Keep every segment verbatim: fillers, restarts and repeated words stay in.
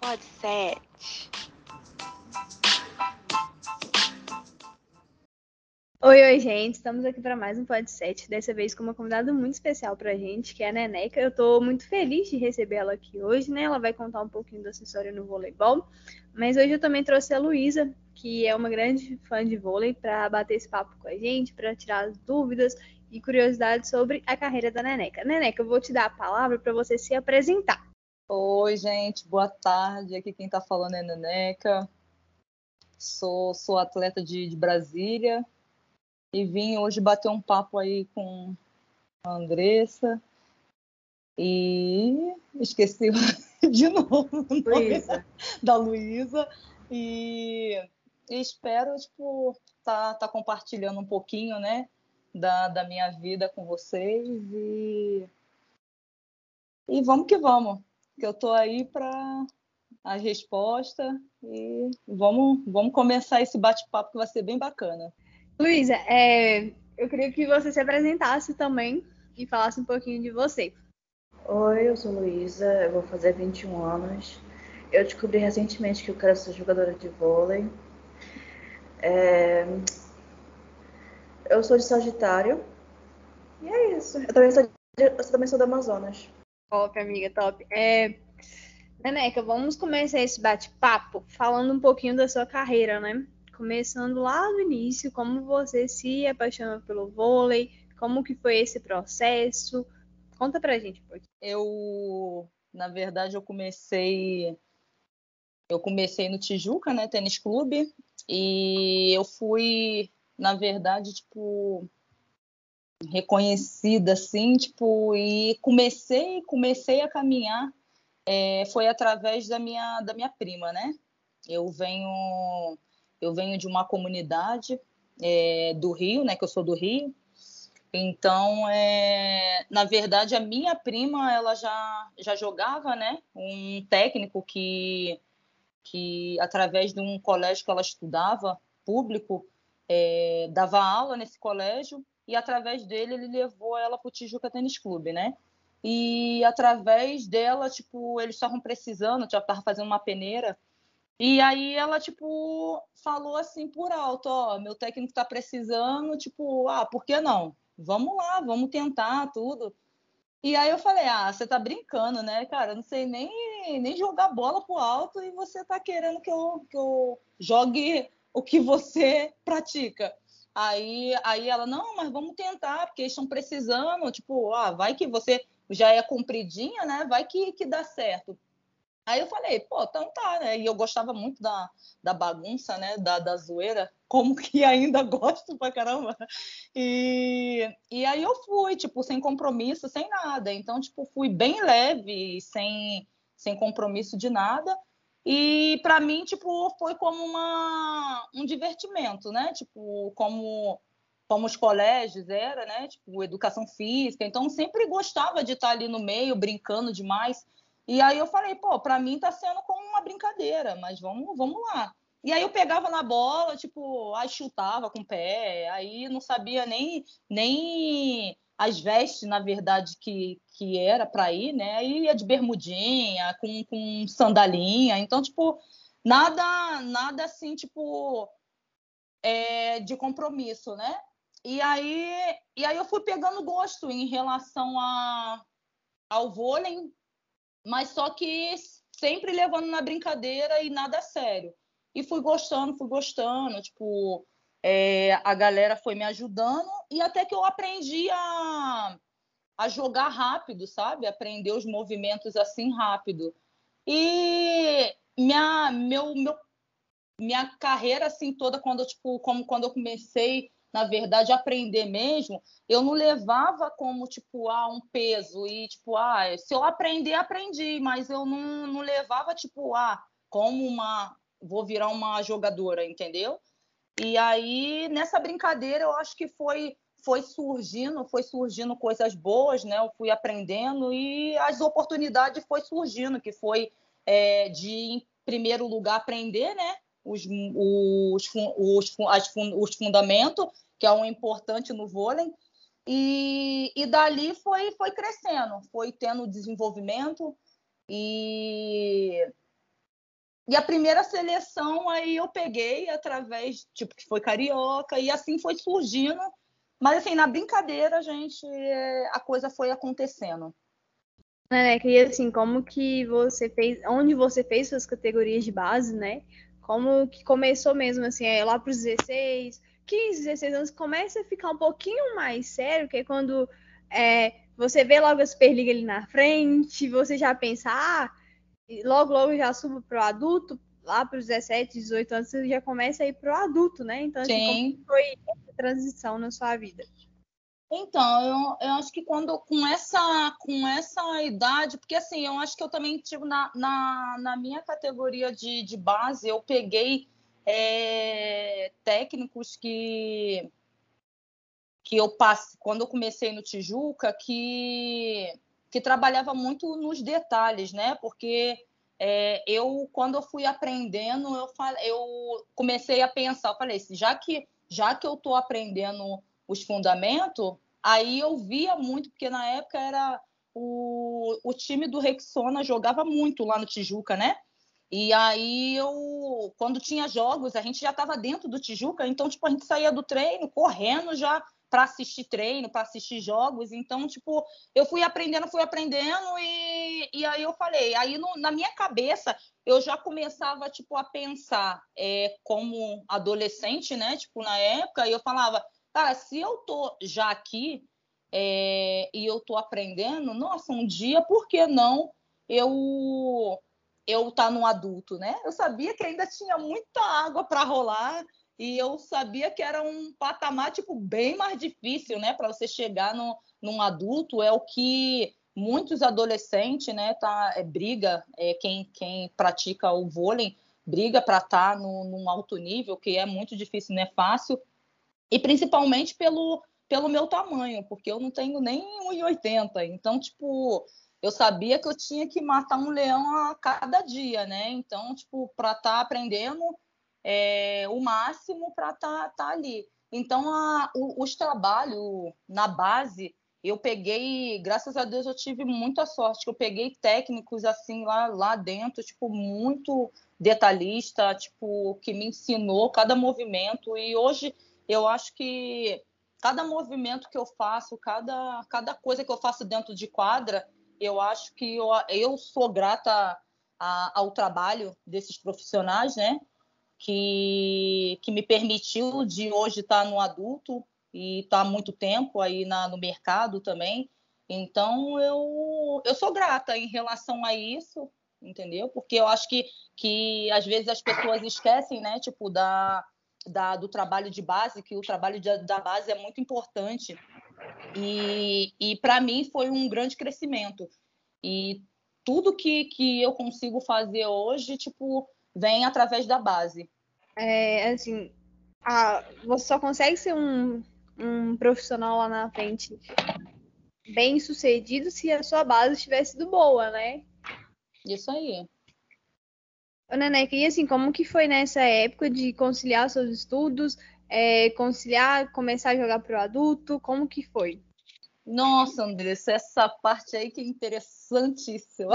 Pode sete. Oi, oi, gente. Estamos aqui para mais um Pod sete, dessa vez com uma convidada muito especial para a gente, que é a Neneca. Eu estou muito feliz de receber ela aqui hoje, né? Ela vai contar um pouquinho da sua história no voleibol, mas hoje eu também trouxe a Luísa, que é uma grande fã de vôlei, para bater esse papo com a gente, para tirar as dúvidas e curiosidades sobre a carreira da Neneca. Neneca, eu vou te dar a palavra para você se apresentar. Oi, gente, boa tarde. Aqui quem está falando é a Neneca. Sou, sou atleta de, de Brasília e vim hoje bater um papo aí com a Andressa e esqueci de novo o nome Luísa. da Luísa e, e espero tipo tá, tá compartilhando um pouquinho, né, da, da minha vida com vocês e, e vamos que vamos, que eu tô aí para a resposta e vamos, vamos começar esse bate-papo que vai ser bem bacana. Luísa, é, eu queria que você se apresentasse também e falasse um pouquinho de você. Oi, eu sou Luísa, eu vou fazer vinte e um anos. Eu descobri recentemente que eu quero ser jogadora de vôlei. É... Eu sou de Sagitário. E é isso. Eu também sou, de... eu também sou do Amazonas. Top, amiga, top. É... Neneca, vamos começar esse bate-papo falando um pouquinho da sua carreira, né? Começando lá no início, como você se apaixonou pelo vôlei, como que foi esse processo? Conta pra gente um pouquinho. Eu, na verdade, eu comecei eu comecei no Tijuca, né, tênis clube, e eu fui, na verdade, tipo, reconhecida, assim, tipo, e comecei, comecei a caminhar, é, foi através da minha, da minha prima, né? Eu venho, eu venho de uma comunidade é, do Rio, né, que eu sou do Rio. Então, é, na verdade, a minha prima, ela já, já jogava, né? Um técnico que, que, através de um colégio que ela estudava, público, é, dava aula nesse colégio e, através dele, ele levou ela para o Tijuca Tênis Clube, né? E, através dela, tipo, eles estavam precisando, já estavam fazendo uma peneira. E aí ela, tipo, falou assim por alto, ó, meu técnico tá precisando, tipo, ah, por que não? Vamos lá, vamos tentar tudo. E aí eu falei, ah, você tá brincando, né, cara? Eu não sei nem, nem jogar bola pro alto e você tá querendo que eu, que eu jogue o que você pratica. Aí, aí ela, não, mas vamos tentar, porque eles estão precisando, tipo, ah, vai que você já é compridinha, né? Vai que, que dá certo. Aí eu falei, pô, então tá, né? E eu gostava muito da, da bagunça, né? Da, da zoeira, como que ainda gosto pra caramba. E, e aí eu fui, tipo, sem compromisso, sem nada. Então, tipo, fui bem leve, sem, sem compromisso de nada. E para mim, tipo, foi como uma, um divertimento, né? Tipo, como, como os colégios era, né? Tipo, educação física. Então, sempre gostava de estar ali no meio, brincando demais. E aí eu falei, pô, para mim tá sendo como uma brincadeira, mas vamos, vamos lá. E aí eu pegava na bola, tipo, aí chutava com o pé, aí não sabia nem, nem as vestes, na verdade, que, que era para ir, né? Aí ia de bermudinha, com, com sandalinha, então, tipo, nada, nada assim, tipo, é, de compromisso, né? E aí, e aí eu fui pegando gosto em relação a, ao vôlei, mas só que sempre levando na brincadeira e nada sério. E fui gostando, fui gostando, tipo, é, a galera foi me ajudando e até que eu aprendi a, a jogar rápido, sabe? Aprender os movimentos assim rápido. E minha, meu, meu, minha carreira assim toda, quando eu, tipo, como quando eu comecei, na verdade, a aprender mesmo, eu não levava como, tipo, ah, um peso. E, tipo, ah, se eu aprender, aprendi. Mas eu não, não levava, tipo, ah, como uma... Vou virar uma jogadora, entendeu? E aí, nessa brincadeira, eu acho que foi, foi surgindo, foi surgindo coisas boas, né? Eu fui aprendendo e as oportunidades foi surgindo, que foi é, de, em primeiro lugar, aprender, né? Os, os, os, as, os fundamentos, que é o importante no vôlei. E, e dali foi, foi crescendo, foi tendo desenvolvimento e e a primeira seleção aí eu peguei através, tipo, que foi carioca, e assim foi surgindo. Mas, assim, na brincadeira, gente, a coisa foi acontecendo. Né, e assim, como que você fez, onde você fez suas categorias de base, né? Como que começou mesmo, assim, é, lá para os dezesseis, quinze, dezesseis anos, começa a ficar um pouquinho mais sério, que é quando é, você vê logo a Superliga ali na frente, você já pensa, ah, logo, logo já subo para o adulto, lá para os dezessete, dezoito anos, você já começa a ir para o adulto, né? Então, assim, como Sim. foi essa transição na sua vida? Então, eu, eu acho que quando com essa, com essa idade, porque assim, eu acho que eu também tive na, na, na minha categoria de, de base, eu peguei é, técnicos que, que eu passei, quando eu comecei no Tijuca, que, que trabalhava muito nos detalhes, né? Porque é, eu, quando eu fui aprendendo, eu, falei, eu comecei a pensar, eu falei, já que, já que eu estou aprendendo os fundamentos, aí eu via muito, porque na época era o, o time do Rexona jogava muito lá no Tijuca, né? E aí eu, quando tinha jogos, a gente já estava dentro do Tijuca, então tipo a gente saía do treino correndo já para assistir treino, para assistir jogos. Então tipo eu fui aprendendo, fui aprendendo e, e aí eu falei, aí no, na minha cabeça eu já começava tipo a pensar é, como adolescente, né? Tipo na época e eu falava, cara, se eu tô já aqui é, e eu tô aprendendo, nossa, um dia por que não eu eu estar tá num adulto, né? Eu sabia que ainda tinha muita água para rolar e eu sabia que era um patamar tipo bem mais difícil, né? Para você chegar no, num adulto é o que muitos adolescentes, né? Tá é, briga é, quem quem pratica o vôlei briga para estar tá no, num alto nível, que é muito difícil, não é fácil. E principalmente pelo pelo meu tamanho, porque eu não tenho nem um e oitenta, então tipo eu sabia que eu tinha que matar um leão a cada dia, né? Então, tipo, para estar tá aprendendo é, o máximo para estar tá, tá ali. Então, a, o, os trabalhos na base, eu peguei, graças a Deus, eu tive muita sorte, que eu peguei técnicos assim lá, lá dentro, tipo, muito detalhista, tipo, que me ensinou cada movimento. E hoje eu acho que cada movimento que eu faço, cada, cada coisa que eu faço dentro de quadra, eu acho que eu, eu sou grata a, ao trabalho desses profissionais, né? Que, que me permitiu de hoje estar no adulto e estar há muito tempo aí na, no mercado também. Então, eu, eu sou grata em relação a isso, entendeu? Porque eu acho que, que às vezes as pessoas esquecem, né? Tipo, da, da, do trabalho de base, que o trabalho de, da base é muito importante. E, e para mim foi um grande crescimento. E tudo que, que eu consigo fazer hoje, tipo, vem através da base. É, assim, a, você só consegue ser um, um profissional lá na frente bem sucedido se a sua base tivesse sido boa, né? Isso aí. Ô, Neneca, e assim, como que foi nessa época de conciliar seus estudos, é, conciliar, começar a jogar pro adulto, como que foi? Nossa, Andressa, essa parte aí que é interessantíssima.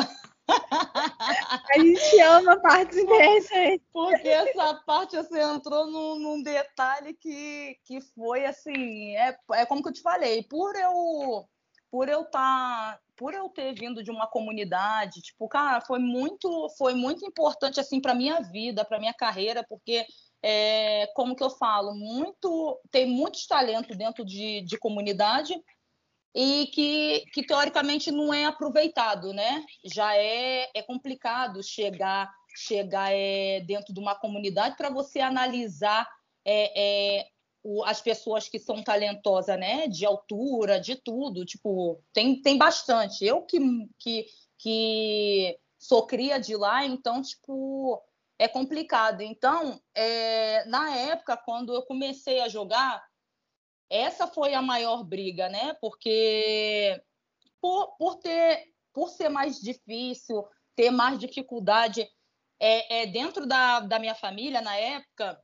A gente ama partes interessantes. Porque essa parte você entrou num, num detalhe que, que foi assim, é, é como que eu te falei, por eu por eu tá, por eu ter vindo de uma comunidade, tipo, cara, foi muito foi muito importante assim para minha vida, para minha carreira, porque é, como que eu falo, muito tem muitos talentos dentro de, de comunidade e que, que teoricamente não é aproveitado, né? Já é, é complicado chegar chegar é, dentro de uma comunidade para você analisar é, é, o, as pessoas que são talentosas, né? De altura, de tudo, tipo tem, tem bastante. Eu que, que, que sou cria de lá, então tipo é complicado. Então é, na época quando eu comecei a jogar essa foi a maior briga, né? Porque por, por ter, por ser mais difícil, ter mais dificuldade, é, é dentro da, da minha família na época,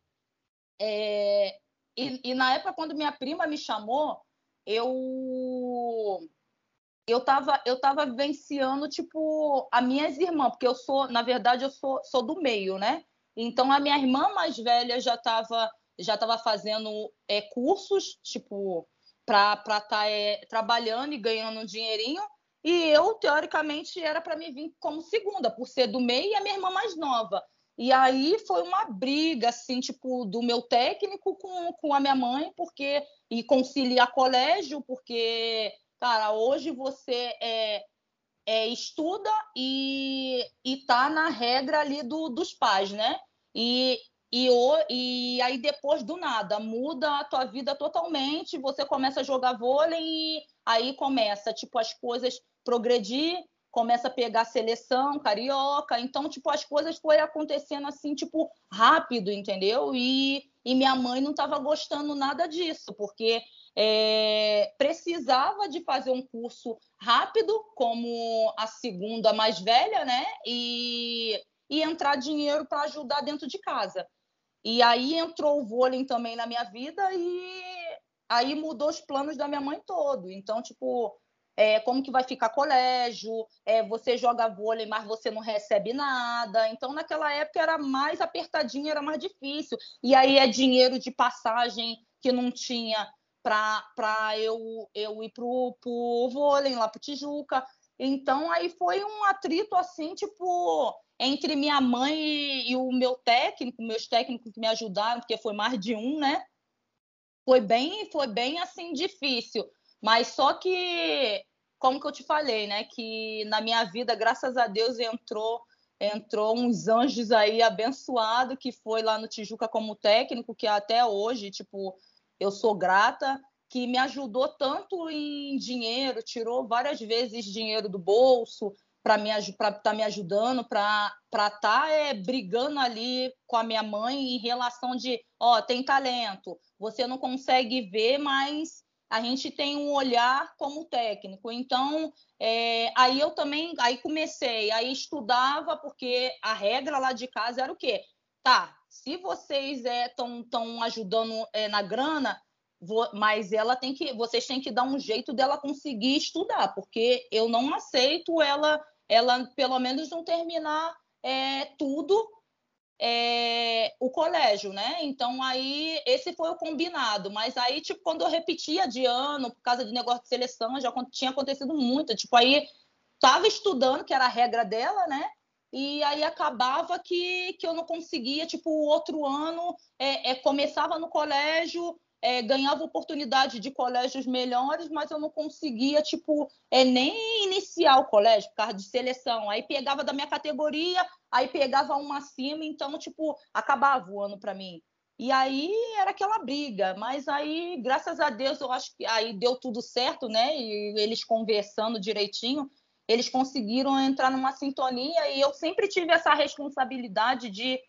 é, e, e na época quando minha prima me chamou, eu eu tava, eu tava vivenciando, tipo, as minhas irmãs, porque eu sou, na verdade, eu sou, sou do meio, né? Então, a minha irmã mais velha já tava, já tava fazendo é, cursos, tipo, para estar tá, é, trabalhando e ganhando um dinheirinho, e eu, teoricamente, era para me vir como segunda, por ser do meio e a minha irmã mais nova. E aí foi uma briga, assim, tipo, do meu técnico com, com a minha mãe, porque e conciliar colégio, porque, cara, hoje você é, é, estuda e, e tá na regra ali do, dos pais, né? E, e, o, e aí depois do nada, muda a tua vida totalmente, você começa a jogar vôlei e aí começa, tipo, as coisas progredir, começa a pegar seleção carioca, então, tipo, as coisas foram acontecendo assim, tipo, rápido, entendeu? E, e minha mãe não estava gostando nada disso, porque é, precisava de fazer um curso rápido, como a segunda mais velha, né? E, e entrar dinheiro para ajudar dentro de casa. E aí entrou o vôlei também na minha vida e aí mudou os planos da minha mãe todo. Então, tipo, é, como que vai ficar colégio? É, você joga vôlei, mas você não recebe nada. Então, naquela época era mais apertadinho, era mais difícil. E aí é dinheiro de passagem que não tinha para eu, eu ir pro, pro vôlei lá pro Tijuca. Então, aí foi um atrito assim, tipo, entre minha mãe e, e o meu técnico, meus técnicos que me ajudaram, porque foi mais de um, né? Foi bem, foi bem assim difícil. Mas só que, como que eu te falei, né? Que na minha vida, graças a Deus, entrou entrou uns anjos aí abençoado que foi lá no Tijuca como técnico, que até hoje, tipo, eu sou grata, que me ajudou tanto em dinheiro, tirou várias vezes dinheiro do bolso para me para estar tá me ajudando, para para estar tá, é, brigando ali com a minha mãe em relação de, ó, tem talento, você não consegue ver, mas a gente tem um olhar como técnico. Então, é, aí eu também aí comecei, aí estudava, porque a regra lá de casa era o quê? Tá, se vocês estão é, tão ajudando é, na grana, vou, mas ela tem que, vocês têm que dar um jeito dela conseguir estudar, porque eu não aceito ela, ela pelo menos não terminar é, tudo é, o colégio, né? Então, aí, esse foi o combinado. Mas aí, tipo, quando eu repetia de ano, por causa de negócio de seleção, já tinha acontecido muito. Tipo, aí, estava estudando, que era a regra dela, né? E aí acabava que, que eu não conseguia, tipo, o outro ano, é, é, começava no colégio, é, ganhava oportunidade de colégios melhores, mas eu não conseguia, tipo, é, nem iniciar o colégio, por causa de seleção. Aí pegava da minha categoria, aí pegava uma acima, então, tipo, acabava o ano para mim. E aí era aquela briga, mas aí, graças a Deus, eu acho que aí deu tudo certo, né? E eles conversando direitinho, eles conseguiram entrar numa sintonia e eu sempre tive essa responsabilidade de,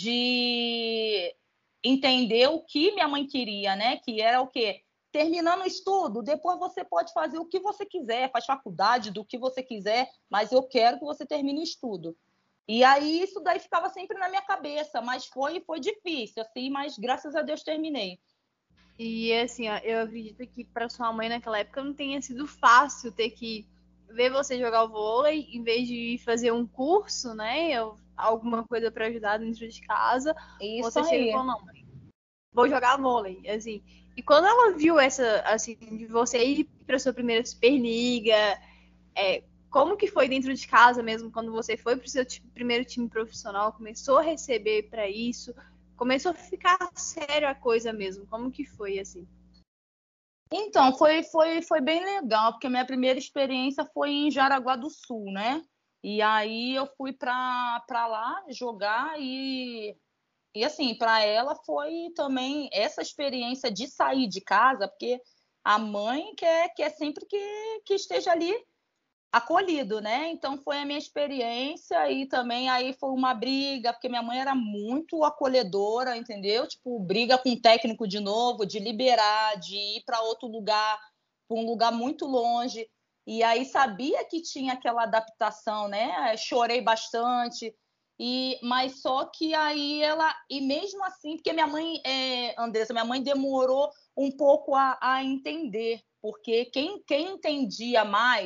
de entender o que minha mãe queria, né? Que era o quê? Terminando o estudo, depois você pode fazer o que você quiser, faz faculdade do que você quiser, mas eu quero que você termine o estudo. E aí isso daí ficava sempre na minha cabeça, mas foi, foi difícil, assim, mas graças a Deus terminei. E assim, ó, eu acredito que para sua mãe naquela época não tenha sido fácil ter que ver você jogar o vôlei em vez de fazer um curso, né? Ou alguma coisa para ajudar dentro de casa. Isso Você chega e aí. falou, não, mãe, vou jogar vôlei, assim. E quando ela viu essa, assim, de você ir para sua primeira Superliga, é, como que foi dentro de casa mesmo, quando você foi para o seu time, primeiro time profissional, começou a receber para isso, começou a ficar sério a coisa mesmo, como que foi, assim? Então, foi, foi, foi bem legal, porque minha primeira experiência foi em Jaraguá do Sul, né? E aí eu fui para lá jogar e, e assim, para ela foi também essa experiência de sair de casa, porque a mãe quer, quer sempre que, que esteja ali acolhido, né? Então foi a minha experiência e também aí foi uma briga, porque minha mãe era muito acolhedora, entendeu? Tipo, briga com o técnico de novo, de liberar, de ir para outro lugar, para um lugar muito longe. E aí sabia que tinha aquela adaptação, né? Chorei bastante. E, mas só que aí ela, e mesmo assim, porque minha mãe, é, Andressa, minha mãe demorou um pouco a, a entender, porque quem, quem entendia mais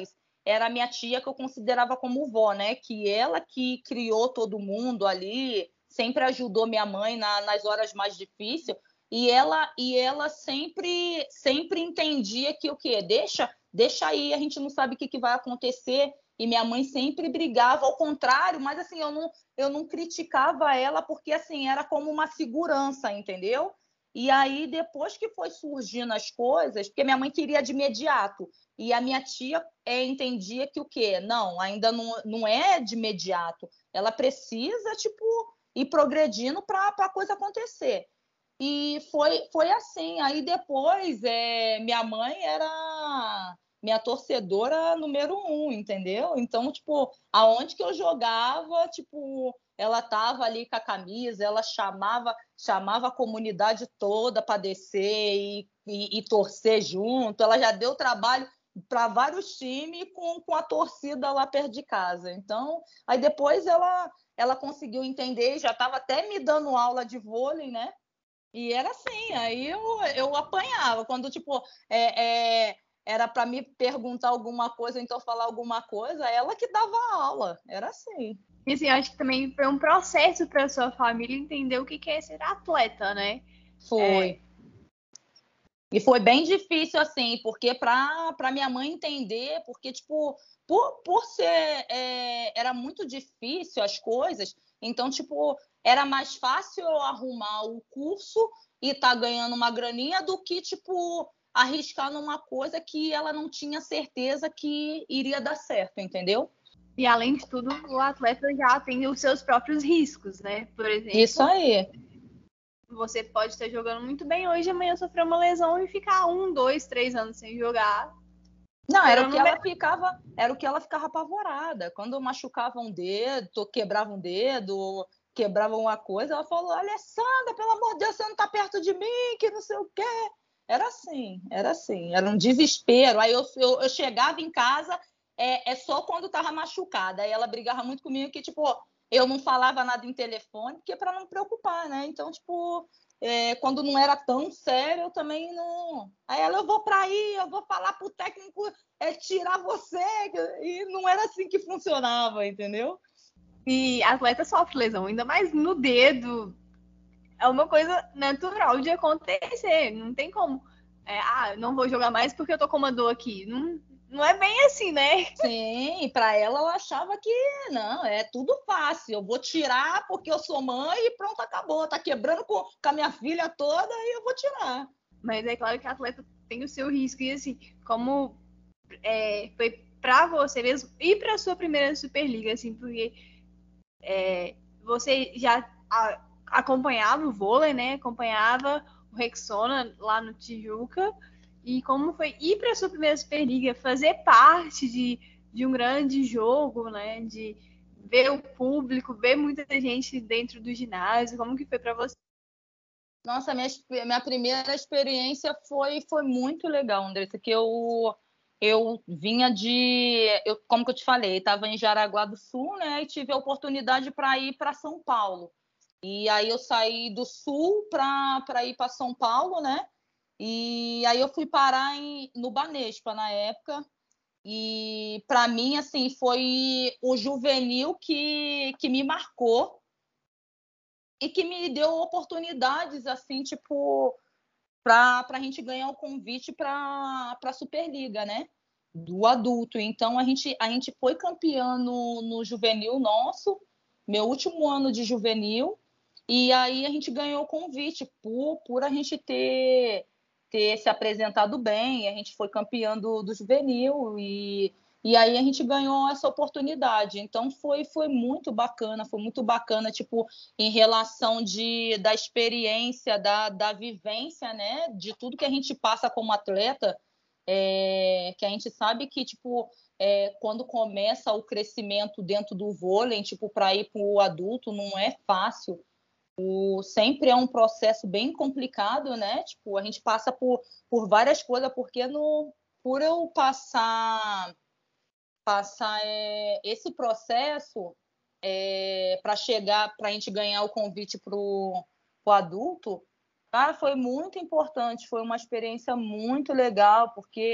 era a minha tia, que eu considerava como vó, né? Que ela que criou todo mundo ali, sempre ajudou minha mãe na, nas horas mais difíceis, e ela, e ela sempre, sempre entendia que o quê? Deixa, deixa aí, a gente não sabe o que, que vai acontecer. E minha mãe sempre brigava, ao contrário, mas assim, eu não, eu não criticava ela, porque assim, era como uma segurança, entendeu? E aí, depois que foi surgindo as coisas, porque minha mãe queria de imediato, e a minha tia é, entendia que o quê? Não, ainda não, não é de imediato. Ela precisa, tipo, ir progredindo para a coisa acontecer. E foi, foi assim. Aí depois, é, minha mãe era minha torcedora número um, entendeu? Então, tipo, aonde que eu jogava, tipo, ela tava ali com a camisa, ela chamava, chamava a comunidade toda para descer e, e, e torcer junto. Ela já deu trabalho para vários times com, com a torcida lá perto de casa. Então, aí depois ela, ela conseguiu entender, já estava até me dando aula de vôlei, né? E era assim, aí eu, eu apanhava. Quando, tipo, é, é, era para me perguntar alguma coisa, então falar alguma coisa, ela que dava aula. Era assim. E assim, eu acho que também foi um processo para sua família entender o que é ser atleta, né? Foi. É... E foi bem difícil, assim, porque para minha mãe entender, porque, tipo, por, por ser... É, era muito difícil as coisas, então, tipo, era mais fácil eu arrumar o curso e estar tá ganhando uma graninha do que, tipo, arriscar numa coisa que ela não tinha certeza que iria dar certo, entendeu? E, além de tudo, o atleta já tem os seus próprios riscos, né? Por exemplo... Isso aí. Você pode estar jogando muito bem hoje, amanhã sofrer uma lesão e ficar um, dois, três anos sem jogar. Não, era o que ela ficava, era o que ela ficava apavorada. Quando eu machucava um dedo, quebrava um dedo, quebrava uma coisa, ela falou: Alessandra, pelo amor de Deus, você não tá perto de mim, que não sei o quê. Era assim, era assim, era um desespero. Aí eu, eu, eu chegava em casa, é, é só quando tava machucada. Aí ela brigava muito comigo que, tipo, eu não falava nada em telefone, porque para não me preocupar, né? Então, tipo, é, quando não era tão sério, eu também não. Aí ela, eu vou para aí, eu vou falar pro técnico é, tirar você. E não era assim que funcionava, entendeu? E atleta sofre lesão, ainda mais no dedo. É uma coisa natural de acontecer. Não tem como. É, ah, não vou jogar mais porque eu tô com uma dor aqui. Não, não é bem assim, né? Sim, para ela ela achava que não, é tudo fácil. Eu vou tirar porque eu sou mãe e pronto, acabou. Tá quebrando com, com a minha filha toda e eu vou tirar. Mas é claro que a atleta tem o seu risco. E assim, como é, foi pra você mesmo e pra sua primeira Superliga, assim, porque é, você já a, acompanhava o vôlei, né? Acompanhava o Rexona lá no Tijuca. E como foi ir para a sua primeira Superliga, fazer parte de, de um grande jogo, né? De ver o público, ver muita gente dentro do ginásio. Como que foi para você? Nossa, minha, minha primeira experiência foi, foi muito legal, Andressa, que eu, eu vinha de... Eu, como que eu te falei, estava em Jaraguá do Sul, né? E tive a oportunidade para ir para São Paulo. E aí eu saí do Sul para ir para São Paulo, né? E aí eu fui parar em, no Banespa na época. E para mim, assim, foi o juvenil que, que me marcou e que me deu oportunidades, assim, tipo, para a gente ganhar o convite para a Superliga, né? Do adulto. Então a gente, a gente foi campeão no, no juvenil nosso, meu último ano de juvenil, e aí a gente ganhou o convite por, por a gente ter, ter se apresentado bem, a gente foi campeão do, do juvenil e, e aí a gente ganhou essa oportunidade. Então foi, foi muito bacana, foi muito bacana, tipo, em relação de, da experiência, da, da vivência, né? De tudo que a gente passa como atleta, é, que a gente sabe que, tipo, é, quando começa o crescimento dentro do vôlei, tipo, para ir para o adulto, não é fácil. O, sempre é um processo bem complicado, né? Tipo, a gente passa por, por várias coisas, porque no, por eu passar, passar é, esse processo é, para chegar, para a gente ganhar o convite para o adulto, cara, foi muito importante, foi uma experiência muito legal, porque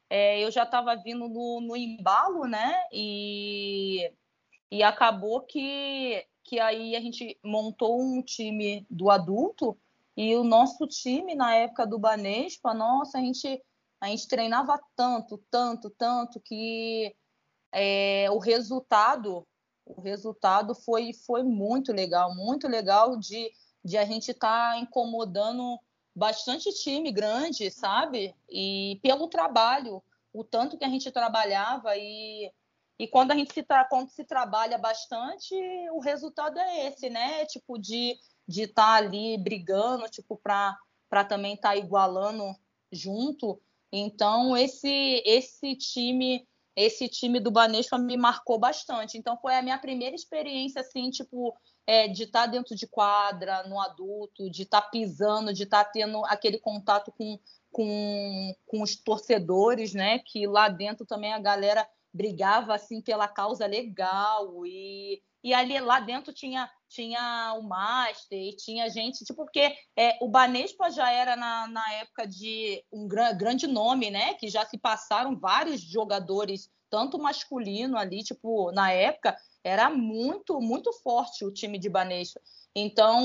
é, eu já estava vindo no, no embalo, né? E, e acabou que, que aí a gente montou um time do adulto e o nosso time, na época do Banespa, nossa, a gente, a gente treinava tanto, tanto, tanto que é, o resultado, o resultado foi, foi muito legal, muito legal de, de a gente estar tá incomodando bastante time grande, sabe? E pelo trabalho, o tanto que a gente trabalhava e, e quando a gente se, tra quando se trabalha bastante, o resultado é esse, né? Tipo, de de estar tá ali brigando, tipo, para para também estar tá igualando junto. Então, esse, esse time esse time do Banespa me marcou bastante. Então, foi a minha primeira experiência, assim, tipo, é, de estar dentro de quadra, no adulto, de estar pisando, de estar tendo aquele contato com, com, com os torcedores, né? Que lá dentro também a galera brigava, assim, pela causa legal. E, e ali, lá dentro, tinha, tinha o Master e tinha gente... Tipo, porque é, o Banespa já era, na, na época, de um gran, grande nome, né? Que já se passaram vários jogadores, tanto masculino ali, tipo, na época, era muito, muito forte o time de Banespa. Então,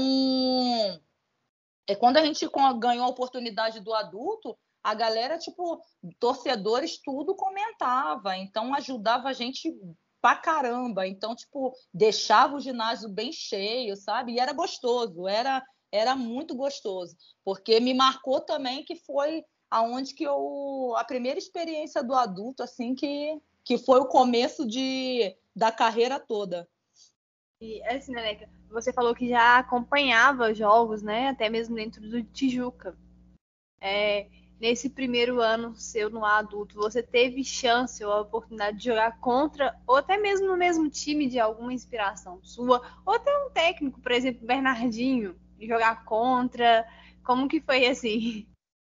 é, quando a gente ganhou a oportunidade do adulto, a galera, tipo, torcedores, tudo comentava. Então, ajudava a gente pra caramba. Então, tipo, deixava o ginásio bem cheio, sabe? E era gostoso, era, era muito gostoso. Porque me marcou também que foi aonde que eu... A primeira experiência do adulto, assim, que, que foi o começo de, da carreira toda. E assim, Neneca, você falou que já acompanhava jogos, né? Até mesmo dentro do Tijuca. É, nesse primeiro ano seu no adulto, você teve chance ou a oportunidade de jogar contra, ou até mesmo no mesmo time de alguma inspiração sua, ou até um técnico, por exemplo, Bernardinho, de jogar contra? Como que foi assim?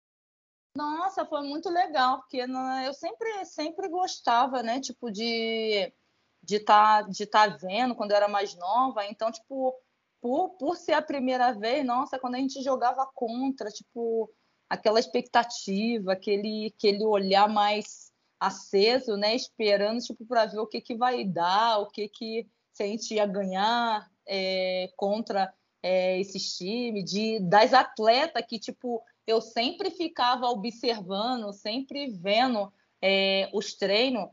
Nossa, foi muito legal, porque eu sempre, sempre gostava, né? Tipo, de de estar de tá vendo quando eu era mais nova. Então, tipo, por, por ser a primeira vez, nossa, quando a gente jogava contra, tipo, aquela expectativa, aquele, aquele olhar mais aceso, né? Esperando, tipo, para ver o que, que vai dar, o que, que se a gente ia ganhar é, contra é, esses times, de, das atletas que, tipo, eu sempre ficava observando, sempre vendo é, os treinos,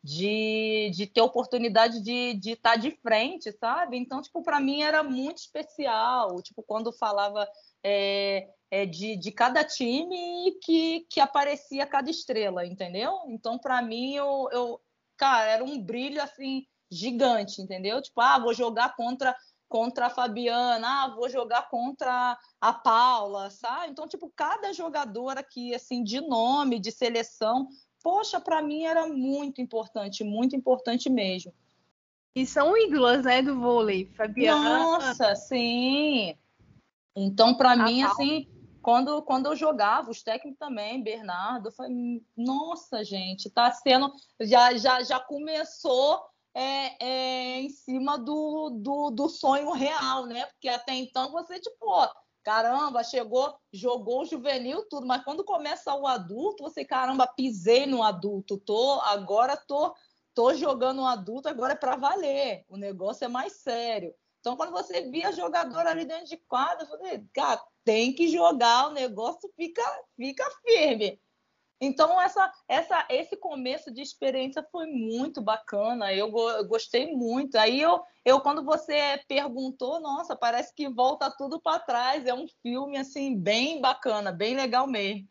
de, de ter oportunidade de de estar de frente, sabe? Então, tipo, para mim era muito especial, tipo, quando falava é, é, de, de cada time que, que aparecia cada estrela, entendeu? Então, para mim, eu, eu, cara, era um brilho, assim, gigante, entendeu? Tipo, ah, vou jogar contra contra a Fabiana, ah, vou jogar contra a Paula, sabe? Então, tipo, cada jogadora aqui, assim, de nome, de seleção, poxa, para mim era muito importante, muito importante mesmo. E são ídolas, né, do vôlei, Fabiana. Nossa, sim. Então, para mim, Paula. assim, quando, quando eu jogava, os técnicos também, Bernardo, foi, nossa, gente, tá sendo, já, já, já começou é, é, em cima do, do, do sonho real, né? Porque até então você, tipo, ó, caramba, chegou, jogou o juvenil, tudo, mas quando começa o adulto, você, caramba, pisei no adulto, tô, agora tô, tô jogando um adulto, agora é para valer, o negócio é mais sério. Então, quando você via jogador ali dentro de quadra, eu falei, cara, tem que jogar, o negócio fica, fica firme. Então, essa, essa, esse começo de experiência foi muito bacana, eu, eu gostei muito. Aí, eu, eu, quando você perguntou, nossa, parece que volta tudo para trás, é um filme, assim, bem bacana, bem legal mesmo.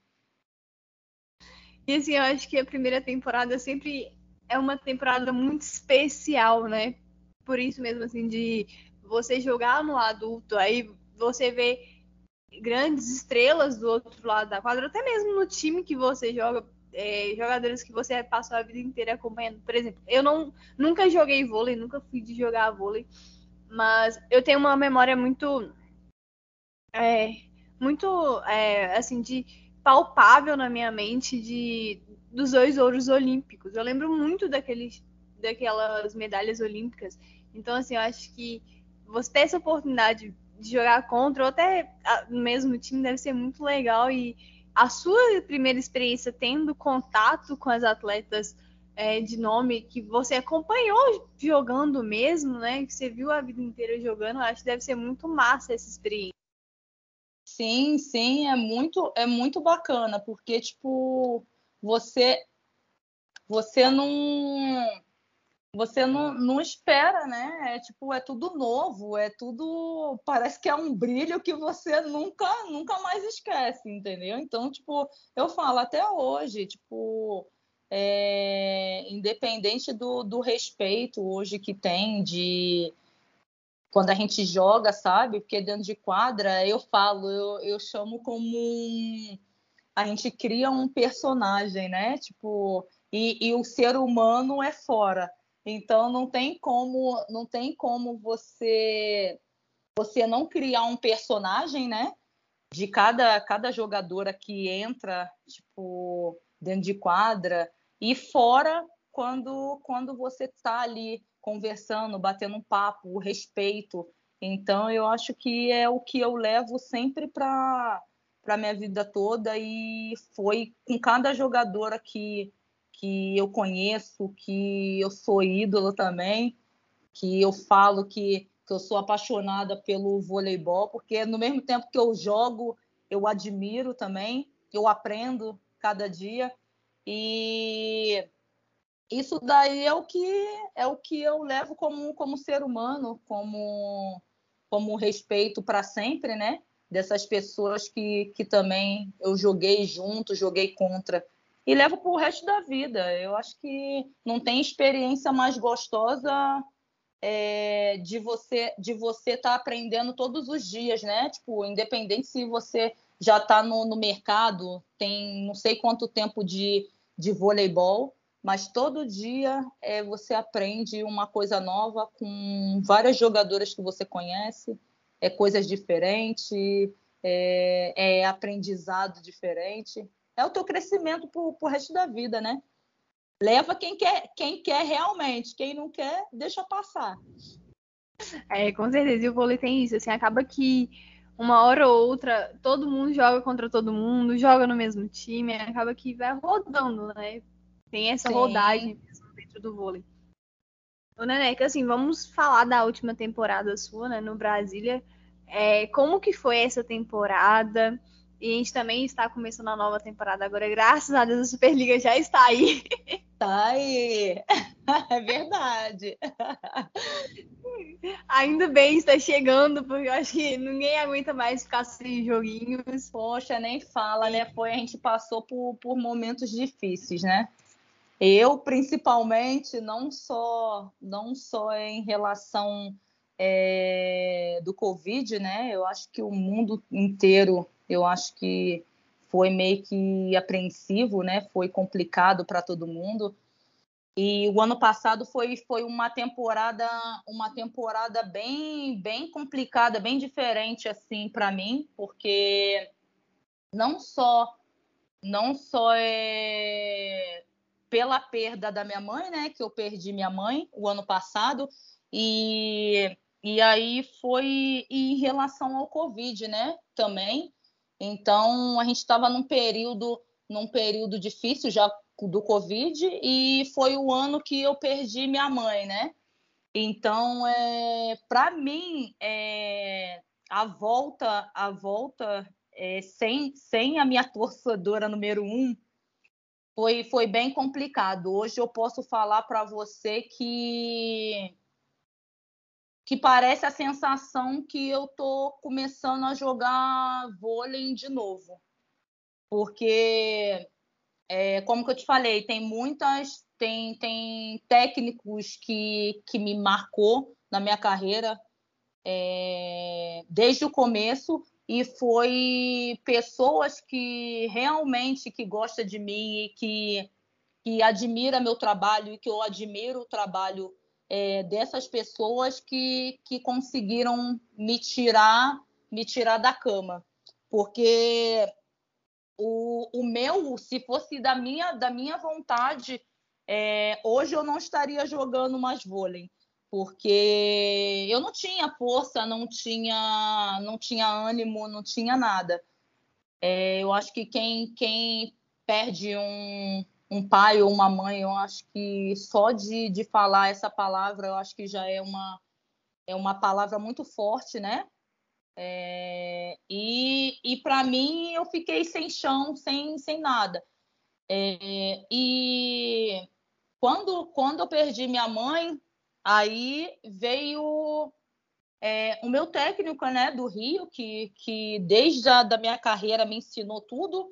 E assim, eu acho que a primeira temporada sempre é uma temporada muito especial, né? Por isso mesmo, assim, de você jogar no adulto, aí você vê grandes estrelas do outro lado da quadra, até mesmo no time que você joga, é, jogadores que você passou a vida inteira acompanhando. Por exemplo, eu não, nunca joguei vôlei, nunca fui de jogar vôlei, mas eu tenho uma memória muito, é, muito, é, assim, de palpável na minha mente de dos dois ouros olímpicos. Eu lembro muito daqueles, daquelas medalhas olímpicas. Então, assim, eu acho que você ter essa oportunidade de jogar contra ou até no mesmo time deve ser muito legal e a sua primeira experiência tendo contato com as atletas é, de nome que você acompanhou jogando mesmo, né? Que você viu a vida inteira jogando, eu acho que deve ser muito massa essa experiência. Sim, sim, é muito, é muito bacana, porque, tipo, você, você não, você não, não espera, né? É tipo, é tudo novo, é tudo, parece que é um brilho que você nunca, nunca mais esquece, entendeu? Então, tipo, eu falo até hoje, tipo, é, independente do, do respeito hoje que tem de quando a gente joga, sabe? Porque dentro de quadra, eu falo, eu, eu chamo como um... A gente cria um personagem, né? Tipo, e, e o ser humano é fora. Então, não tem como, não tem como você, você não criar um personagem, né? De cada, cada jogadora que entra, tipo, dentro de quadra. E fora, quando, quando você está ali conversando, batendo um papo, o respeito. Então, eu acho que é o que eu levo sempre para para minha vida toda e foi com cada jogadora que, que eu conheço, que eu sou ídolo também, que eu falo que, que eu sou apaixonada pelo voleibol, porque no mesmo tempo que eu jogo, eu admiro também, eu aprendo cada dia e isso daí é o que é o que eu levo como, como ser humano, como, como respeito para sempre, né? Dessas pessoas que, que também eu joguei junto, joguei contra. E levo para o resto da vida. Eu acho que não tem experiência mais gostosa é, de você de você estar tá aprendendo todos os dias, né? Tipo, independente se você já está no, no mercado, tem não sei quanto tempo de, de voleibol, mas todo dia é, você aprende uma coisa nova com várias jogadoras que você conhece, é coisas diferentes, é, é aprendizado diferente. É o teu crescimento para o resto da vida, né? Leva quem quer, quem quer realmente, quem não quer, deixa passar. É, com certeza. E o vôlei tem isso, assim, acaba que uma hora ou outra todo mundo joga contra todo mundo, joga no mesmo time, acaba que vai rodando, né? Tem essa Sim. rodagem dentro do vôlei. Ô, Neneca, assim, vamos falar da última temporada sua, né, no Brasília. É, como que foi essa temporada? E a gente também está começando a nova temporada agora. Graças a Deus a Superliga já está aí. Tá aí. É verdade. Ainda bem está chegando, porque eu acho que ninguém aguenta mais ficar sem joguinhos. Poxa, nem fala, né? Foi, a gente passou por, por momentos difíceis, né? Eu, principalmente, não só, não só em relação é, do Covid, né? Eu acho que o mundo inteiro, eu acho que foi meio que apreensivo, né? Foi complicado para todo mundo. E o ano passado foi, foi uma temporada uma temporada bem bem complicada, bem diferente assim para mim, porque não só não só é pela perda da minha mãe, né, que eu perdi minha mãe o ano passado e e aí foi em relação ao Covid, né, também. Então a gente estava num período num período difícil já do Covid e foi o ano que eu perdi minha mãe, né? Então, é, para mim, é, a volta, a volta é, sem, sem a minha torcedora número um foi, foi bem complicado. Hoje eu posso falar para você que que parece a sensação que eu tô começando a jogar vôlei de novo, porque é, como que eu te falei, tem muitas, tem, tem técnicos que, que me marcou na minha carreira é, desde o começo e foi pessoas que realmente que gostam de mim e que, que admira meu trabalho e que eu admiro o trabalho é, dessas pessoas que, que conseguiram me tirar, me tirar da cama. Porque o, o meu, se fosse da minha, da minha vontade, é, hoje eu não estaria jogando mais vôlei, porque eu não tinha força, não tinha, não tinha ânimo, não tinha nada. É, eu acho que quem, quem perde um, um pai ou uma mãe, eu acho que só de, de falar essa palavra, eu acho que já é uma, é uma palavra muito forte, né? É, e e para mim, eu fiquei sem chão, sem, sem nada. É, e quando, quando eu perdi minha mãe, aí veio é, o meu técnico, né, do Rio, que, que desde a da minha carreira me ensinou tudo,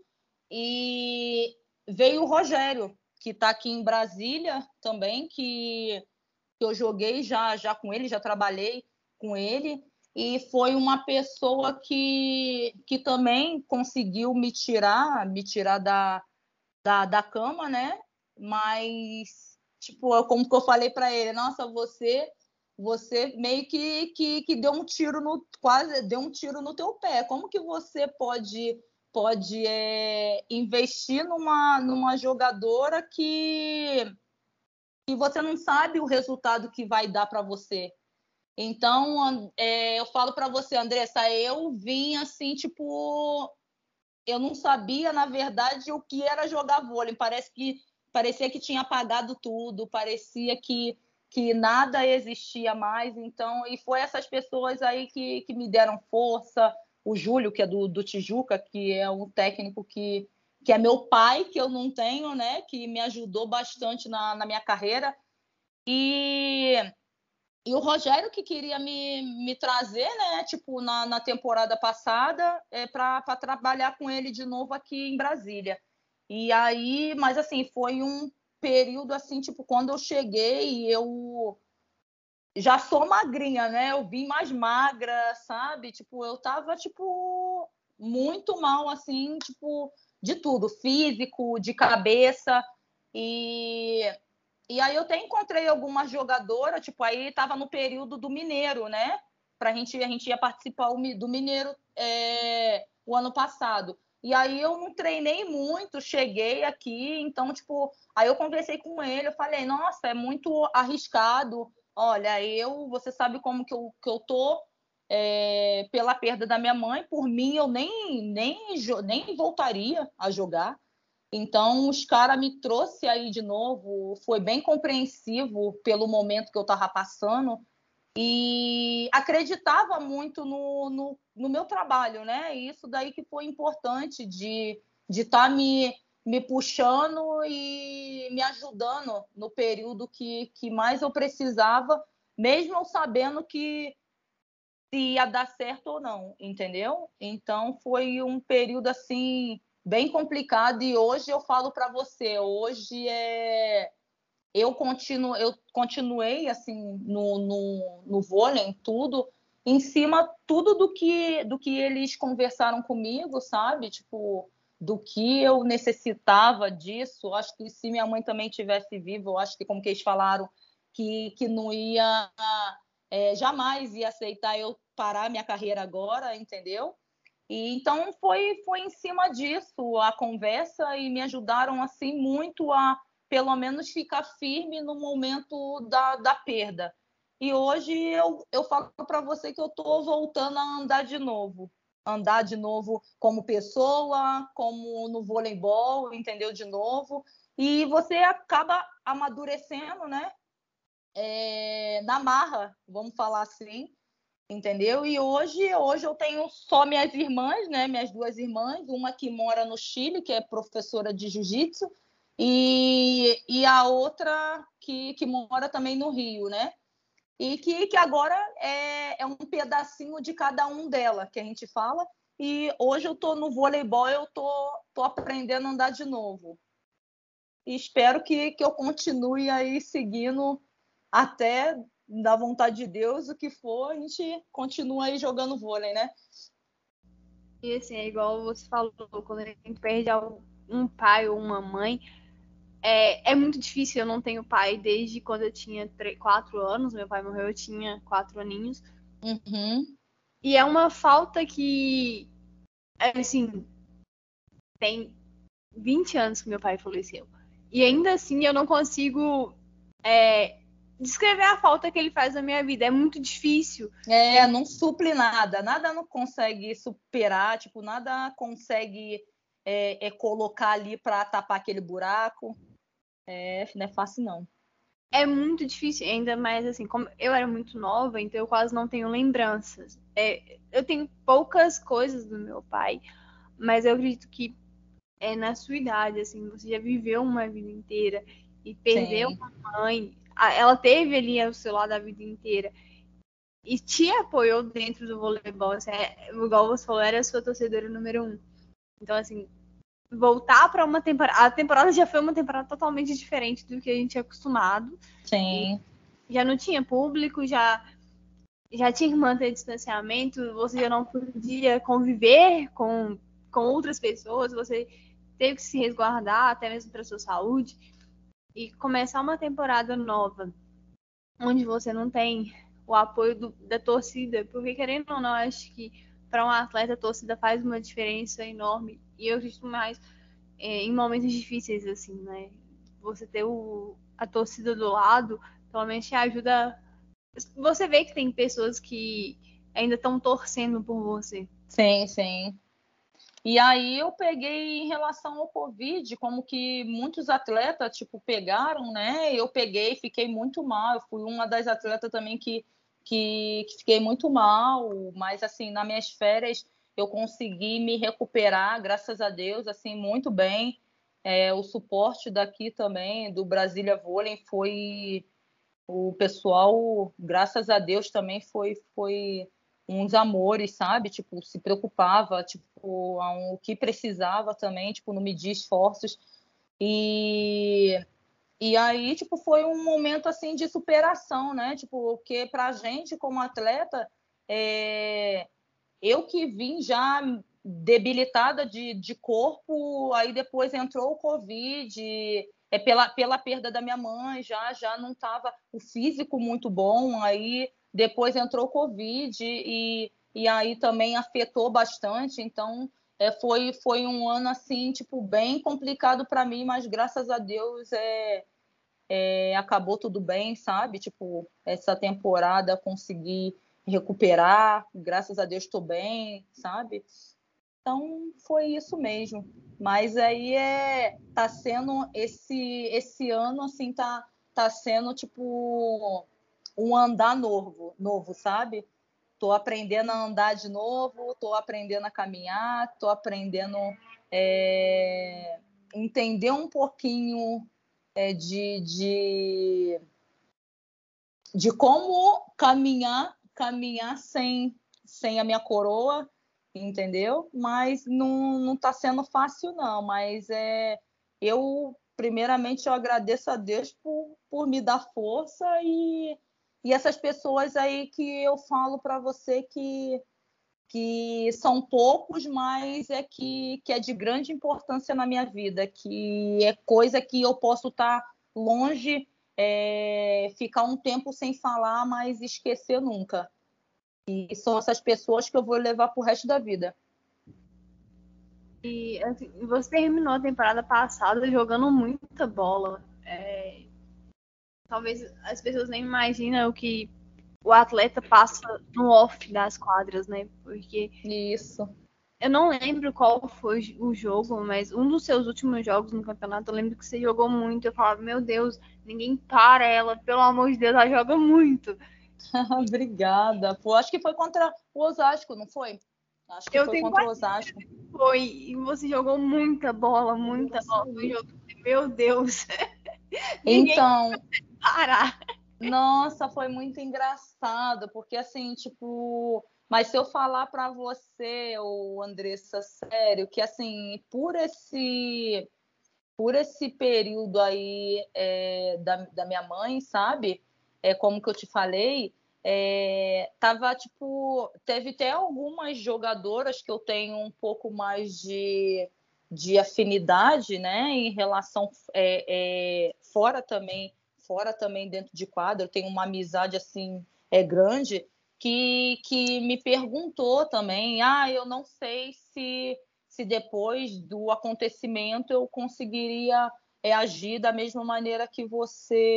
e veio o Rogério, que está aqui em Brasília também, que, que eu joguei já, já com ele, já trabalhei com ele, e foi uma pessoa que, que também conseguiu me tirar, me tirar da, da, da cama, né? Mas, tipo, como que eu falei para ele, nossa, você você meio que, que, que deu um tiro no quase deu um tiro no teu pé. Como que você pode pode é, investir numa, numa jogadora que, que você não sabe o resultado que vai dar para você? Então, é, eu falo para você, Andressa, eu vim assim, tipo, eu não sabia, na verdade, o que era jogar vôlei. Parece que parecia que tinha apagado tudo, parecia que, que nada existia mais. Então, e foi essas pessoas aí que, que me deram força. O Júlio, que é do, do Tijuca, que é um técnico que, que é meu pai, que eu não tenho, né? Que me ajudou bastante na, na minha carreira. E e o Rogério que queria me, me trazer, né, tipo, na, na temporada passada, é, para trabalhar com ele de novo aqui em Brasília. E aí, mas assim, foi um período assim, tipo, quando eu cheguei, eu já sou magrinha, né? Eu vim mais magra, sabe? Tipo, eu tava, tipo, muito mal, assim, tipo, de tudo, físico, de cabeça. E e aí eu até encontrei alguma jogadora, tipo, aí estava no período do Mineiro, né? Pra gente, a gente ia participar do Mineiro é, o ano passado. E aí eu não treinei muito, cheguei aqui, então, tipo, aí eu conversei com ele, eu falei, nossa, é muito arriscado. Olha, eu, você sabe como que eu, que eu tô é, pela perda da minha mãe, por mim eu nem, nem, nem voltaria a jogar. Então, os caras me trouxe aí de novo, foi bem compreensivo pelo momento que eu estava passando e acreditava muito no, no, no, meu trabalho, né? E isso daí que foi importante de estar tá me, me puxando e me ajudando no período que, que mais eu precisava, mesmo eu sabendo que se ia dar certo ou não, entendeu? Então, foi um período assim bem complicado e hoje eu falo para você, hoje é eu continuo, eu continuei assim no, no, no vôlei, em tudo, em cima tudo do que do que eles conversaram comigo, sabe? Tipo, do que eu necessitava disso. Acho que se minha mãe também tivesse viva, eu acho que como que eles falaram que que não ia é, jamais ia aceitar eu parar minha carreira agora, entendeu? E então foi foi em cima disso a conversa e me ajudaram assim muito a pelo menos ficar firme no momento da, da perda. E hoje eu, eu falo para você que eu estou voltando a andar de novo. Andar de novo como pessoa, como no voleibol, entendeu? De novo. E você acaba amadurecendo, né? É, na marra, vamos falar assim, entendeu? E hoje, hoje eu tenho só minhas irmãs, né? Minhas duas irmãs, uma que mora no Chile, que é professora de jiu-jitsu, e, e a outra que, que mora também no Rio, né? E que, que agora é, é um pedacinho de cada um dela que a gente fala. E hoje eu tô no voleibol, eu tô, tô aprendendo a andar de novo. E espero que, que eu continue aí seguindo até da vontade de Deus, o que for, a gente continua aí jogando vôlei, né? E assim, é igual você falou, quando a gente perde um pai ou uma mãe, é, é muito difícil. Eu não tenho pai desde quando eu tinha três, quatro anos. Meu pai morreu, eu tinha quatro aninhos. Uhum. E é uma falta que, assim, tem vinte anos que meu pai faleceu. E ainda assim eu não consigo é, descrever a falta que ele faz na minha vida. É muito difícil. É, não suple nada, nada não consegue superar, tipo, nada consegue é, é colocar ali para tapar aquele buraco. É, não é fácil, não. É muito difícil, ainda mais assim, como eu era muito nova, então eu quase não tenho lembranças. É, eu tenho poucas coisas do meu pai, mas eu acredito que é na sua idade, assim, você já viveu uma vida inteira e perdeu Sim. uma mãe, ela teve ali ao seu lado a vida inteira e te apoiou dentro do voleibol, assim, é, igual você falou, era a sua torcedora número um. Então, assim, voltar para uma temporada, a temporada já foi uma temporada totalmente diferente do que a gente é acostumado. Sim. E já não tinha público, já já tinha que manter distanciamento, você já não podia conviver com, com outras pessoas, você teve que se resguardar até mesmo para sua saúde e começar uma temporada nova onde você não tem o apoio do, da torcida, porque querendo ou não, acho que para um atleta a torcida faz uma diferença enorme e eu acredito mais é, em momentos difíceis assim, né? Você ter o, a torcida do lado, pelo menos te ajuda. Você vê que tem pessoas que ainda estão torcendo por você. Sim, sim. E aí eu peguei em relação ao Covid, como que muitos atletas, tipo, pegaram, né? Eu peguei, fiquei muito mal. Eu fui uma das atletas também que, que, que fiquei muito mal. Mas, assim, nas minhas férias eu consegui me recuperar, graças a Deus, assim, muito bem. É, o suporte daqui também, do Brasília Vôlei, foi... O pessoal, graças a Deus, também foi... foi uns amores, sabe? Tipo, se preocupava, tipo, o que precisava também, tipo, não medir esforços. E, e aí, tipo, foi um momento, assim, de superação, né? Tipo, porque pra gente, como atleta, é... eu que vim já debilitada de, de corpo, aí depois entrou o Covid, é pela, pela perda da minha mãe, já, já não estava o físico muito bom, aí depois entrou o Covid e, e aí também afetou bastante, então é, foi, foi um ano assim, tipo, bem complicado para mim, mas graças a Deus é, é, acabou tudo bem, sabe? Tipo, essa temporada consegui recuperar, graças a Deus estou bem, sabe? Então foi isso mesmo. Mas aí é tá sendo esse esse ano assim tá tá sendo tipo um andar novo, novo, sabe? Tô aprendendo a andar de novo, tô aprendendo a caminhar, tô aprendendo é, entender um pouquinho é, de, de de como caminhar caminhar sem sem a minha coroa, entendeu? Mas não não está sendo fácil não, mas é eu primeiramente eu agradeço a Deus por, por me dar força e, e essas pessoas aí que eu falo para você que que são poucos, mas é que, que é de grande importância na minha vida, que é coisa que eu posso estar longe, é, ficar um tempo sem falar, mas esquecer nunca. E são essas pessoas que eu vou levar para o resto da vida. E assim, você terminou a temporada passada jogando muita bola. É, talvez as pessoas nem imaginam o que o atleta passa no off das quadras, né? Porque Isso. eu não lembro qual foi o jogo, mas um dos seus últimos jogos no campeonato, eu lembro que você jogou muito. Eu falava, meu Deus, ninguém para ela, pelo amor de Deus, ela joga muito. Obrigada. Pô, acho que foi contra o Osasco, não foi? Acho que Eu foi tenho contra o quase Osasco. que foi, e você jogou muita bola, Eu muita bola. Foi um saí. jogo, meu Deus, ninguém Então, para. nossa, foi muito engraçado, porque assim, tipo, mas se eu falar para você, ô Andressa, sério, que assim, por esse por esse período aí é, da, da minha mãe, sabe? É como que eu te falei, é, tava tipo, teve até algumas jogadoras que eu tenho um pouco mais de, de afinidade, né? Em relação é, é, fora também, fora também dentro de quadro, eu tenho uma amizade assim é grande que, que me perguntou também, ah, eu não sei se se depois do acontecimento eu conseguiria é, agir da mesma maneira que você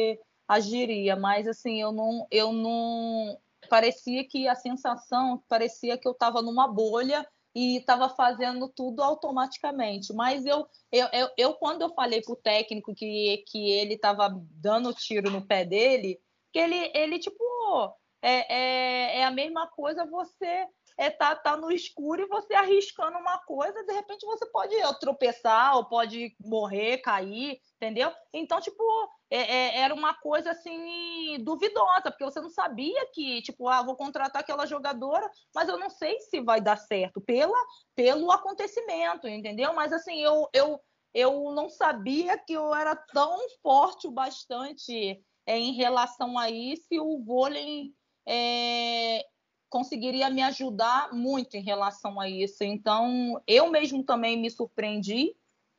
agiria, mas assim, eu não, eu não parecia que a sensação parecia que eu estava numa bolha e estava fazendo tudo automaticamente. Mas eu, eu, eu, eu quando eu falei para o técnico que, que ele estava dando tiro no pé dele, que ele, ele tipo, é, é, é a mesma coisa você é tá, tá no escuro e você arriscando uma coisa, de repente você pode tropeçar ou pode morrer, cair, entendeu? Então, tipo, é, é, era uma coisa assim duvidosa, porque você não sabia que, tipo, ah, vou contratar aquela jogadora, mas eu não sei se vai dar certo pela, pelo acontecimento, entendeu? Mas assim, eu, eu, eu não sabia que eu era tão forte o bastante é, em relação a isso, e o vôlei é, conseguiria me ajudar muito em relação a isso. Então, eu mesmo também me surpreendi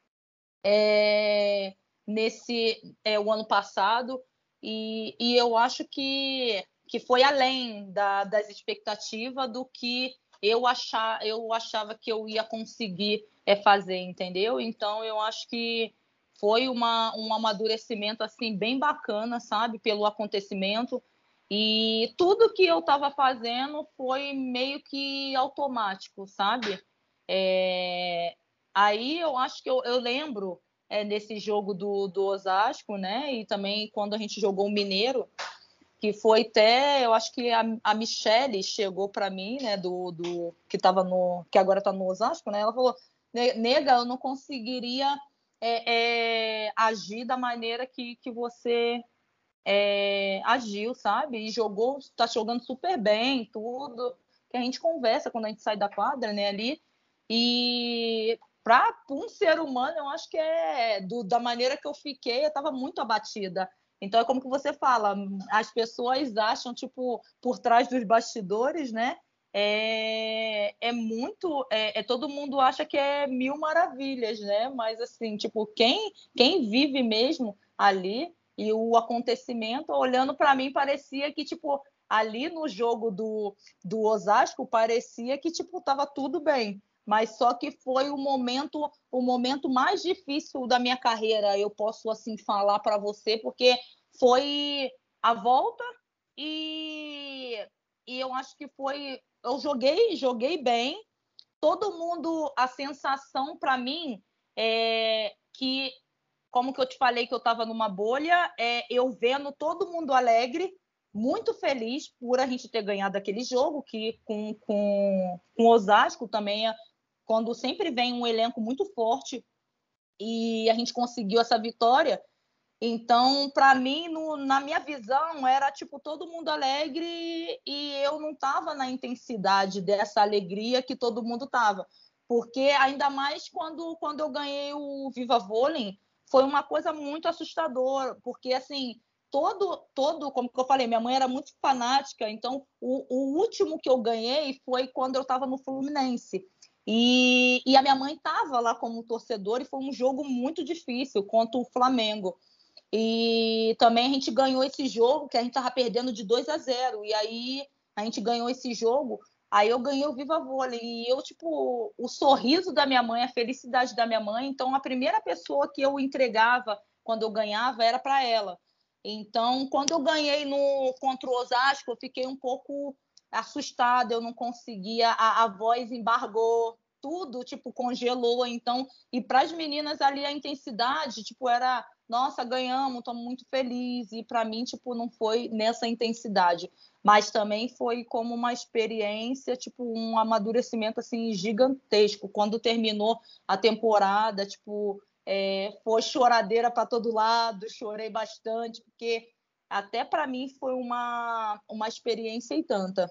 é, nesse é, o ano passado, e, e eu acho que, que foi além da, das expectativas do que eu, achar, eu achava que eu ia conseguir é, fazer, entendeu? Então, eu acho que foi uma, um amadurecimento assim bem bacana, sabe, pelo acontecimento. E tudo que eu estava fazendo foi meio que automático, sabe? É... Aí eu acho que eu, eu lembro é, desse jogo do, do Osasco, né? E também quando a gente jogou o Mineiro, que foi até, eu acho que a, a Michele chegou para mim, né? Do, do que estava no, que agora está no Osasco, né? Ela falou, nega, eu não conseguiria é, é, agir da maneira que, que você é, agiu, sabe? E jogou, tá jogando super bem, tudo. Que a gente conversa quando a gente sai da quadra, né, ali. E para um ser humano, eu acho que é do, da maneira que eu fiquei, eu estava muito abatida. Então é como que você fala, as pessoas acham, tipo, por trás dos bastidores, né? É, é muito, é, é todo mundo acha que é mil maravilhas, né? Mas assim, tipo, quem, quem vive mesmo ali e o acontecimento, olhando para mim, parecia que, tipo, ali no jogo do, do Osasco, parecia que, tipo, estava tudo bem. Mas só que foi o momento, o momento mais difícil da minha carreira, eu posso, assim, falar para você, porque foi a volta e, e eu acho que foi... Eu joguei, joguei bem. Todo mundo, a sensação para mim é que, como que eu te falei que eu estava numa bolha, é, eu vendo todo mundo alegre, muito feliz por a gente ter ganhado aquele jogo, que com, com, com Osasco também, é, quando sempre vem um elenco muito forte e a gente conseguiu essa vitória. Então, para mim, no, na minha visão, era tipo todo mundo alegre e eu não estava na intensidade dessa alegria que todo mundo estava. Porque ainda mais quando, quando eu ganhei o Viva Vôlei, foi uma coisa muito assustadora, porque assim, todo, todo, como que eu falei, minha mãe era muito fanática, então o, o último que eu ganhei foi quando eu estava no Fluminense. E, e a minha mãe estava lá como torcedora e foi um jogo muito difícil contra o Flamengo. E também a gente ganhou esse jogo, que a gente estava perdendo de dois a zero. E aí a gente ganhou esse jogo, aí eu ganhei o Viva Vôlei. E eu, tipo, o sorriso da minha mãe, a felicidade da minha mãe. Então, a primeira pessoa que eu entregava quando eu ganhava era para ela. Então, quando eu ganhei no, contra o Osasco, eu fiquei um pouco assustada, eu não conseguia, a, a voz embargou, tudo, tipo, congelou. Então, e para as meninas ali a intensidade, tipo, era, nossa, ganhamos, estou muito feliz. E para mim, tipo, não foi nessa intensidade, mas também foi como uma experiência, tipo, um amadurecimento assim gigantesco. Quando terminou a temporada, tipo, é, foi choradeira para todo lado, chorei bastante, porque até para mim foi uma, uma experiência e tanta.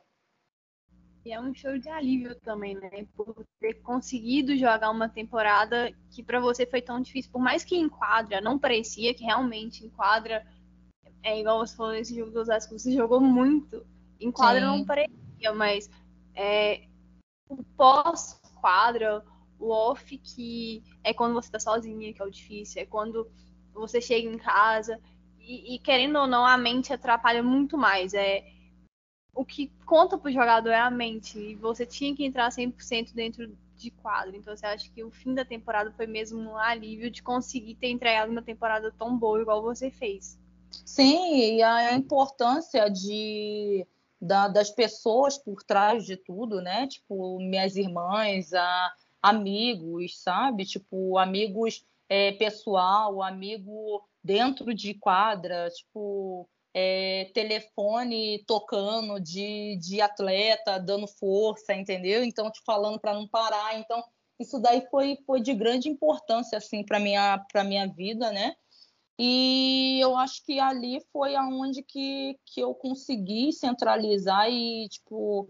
E é um show de alívio também, né? Por ter conseguido jogar uma temporada que para você foi tão difícil. Por mais que em quadra não parecia que realmente em quadra é igual você falou nesse jogo do Osasco, você jogou muito. Em quadra não Sim. parecia, mas é, o pós-quadra, o off, que é quando você tá sozinha, que é o difícil, é quando você chega em casa e, e querendo ou não, a mente atrapalha muito mais. É, o que conta pro jogador é a mente. E você tinha que entrar cem por cento dentro de quadro. Então você acha que o fim da temporada foi mesmo um alívio de conseguir ter entregado uma temporada tão boa igual você fez? Sim, e a importância de, da, das pessoas por trás de tudo, né? Tipo, minhas irmãs, a, amigos, sabe? Tipo, amigos é, pessoal, amigo dentro de quadra, tipo, é, telefone tocando de, de atleta, dando força, entendeu? Então, te falando para não parar. Então, isso daí foi, foi de grande importância, assim, para minha, para minha vida, né? E eu acho que ali foi aonde que, que eu consegui centralizar e, tipo,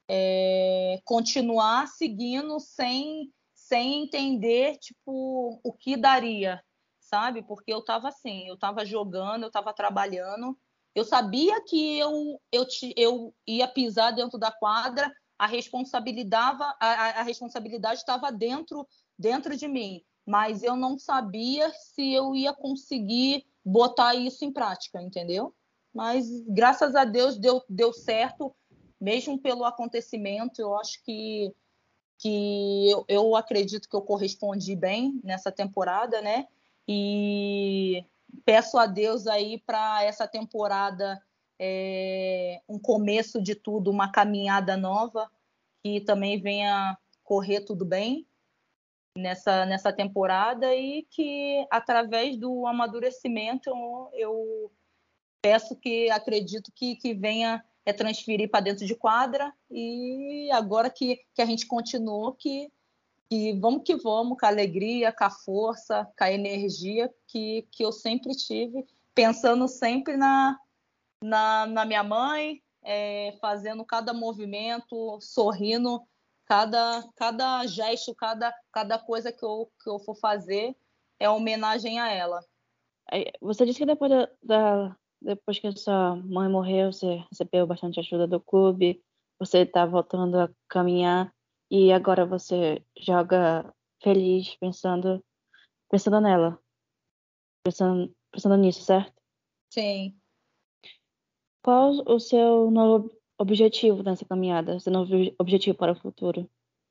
é, continuar seguindo sem, sem entender, tipo, o que daria, sabe? Porque eu estava assim, eu estava jogando, eu estava trabalhando, eu sabia que eu, eu, te, eu ia pisar dentro da quadra, a responsabilidade a, a responsabilidade estava dentro, dentro de mim, mas eu não sabia se eu ia conseguir botar isso em prática, entendeu? Mas graças a Deus deu, deu certo, mesmo pelo acontecimento. Eu acho que, que eu, eu acredito que eu correspondi bem nessa temporada, né? E peço a Deus aí para essa temporada é, um começo de tudo, uma caminhada nova, que também venha correr tudo bem nessa, nessa temporada e que, através do amadurecimento, eu, eu peço que, acredito que, que venha é, transferir para dentro de quadra e agora que, que a gente continuou, que, que vamos que vamos, com a alegria, com a força, com a energia que, que eu sempre tive, pensando sempre na, na, na minha mãe, é, fazendo cada movimento, sorrindo, cada, cada gesto, cada, cada coisa que eu, que eu for fazer é homenagem a ela. Aí, você disse que depois da, da- depois que a sua mãe morreu, você recebeu bastante ajuda do clube, você está voltando a caminhar e agora você joga feliz pensando, pensando nela, pensando, pensando nisso, certo? Sim. Qual o seu novo objetivo nessa caminhada? Seu novo objetivo para o futuro?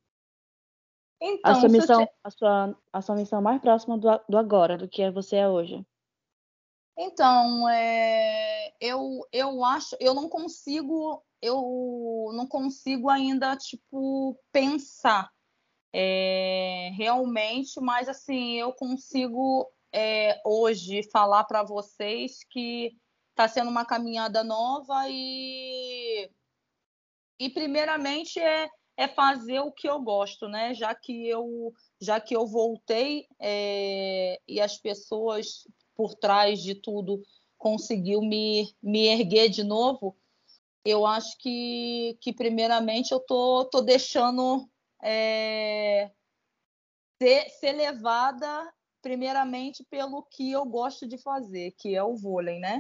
A sua Então, se eu te... missão, a sua, a sua missão mais próxima do, a- do agora, do que você é hoje. Então, é, eu, eu acho, eu não consigo, eu não consigo ainda, tipo, pensar é, realmente, mas assim, eu consigo é, hoje falar para vocês que está sendo uma caminhada nova e, e primeiramente é, é fazer o que eu gosto, né? Já que eu, já que eu voltei é, e as pessoas por trás de tudo conseguiu me, me erguer de novo, eu acho que, que primeiramente eu tô, tô deixando é, ser, ser levada primeiramente pelo que eu gosto de fazer, que é o vôlei, né?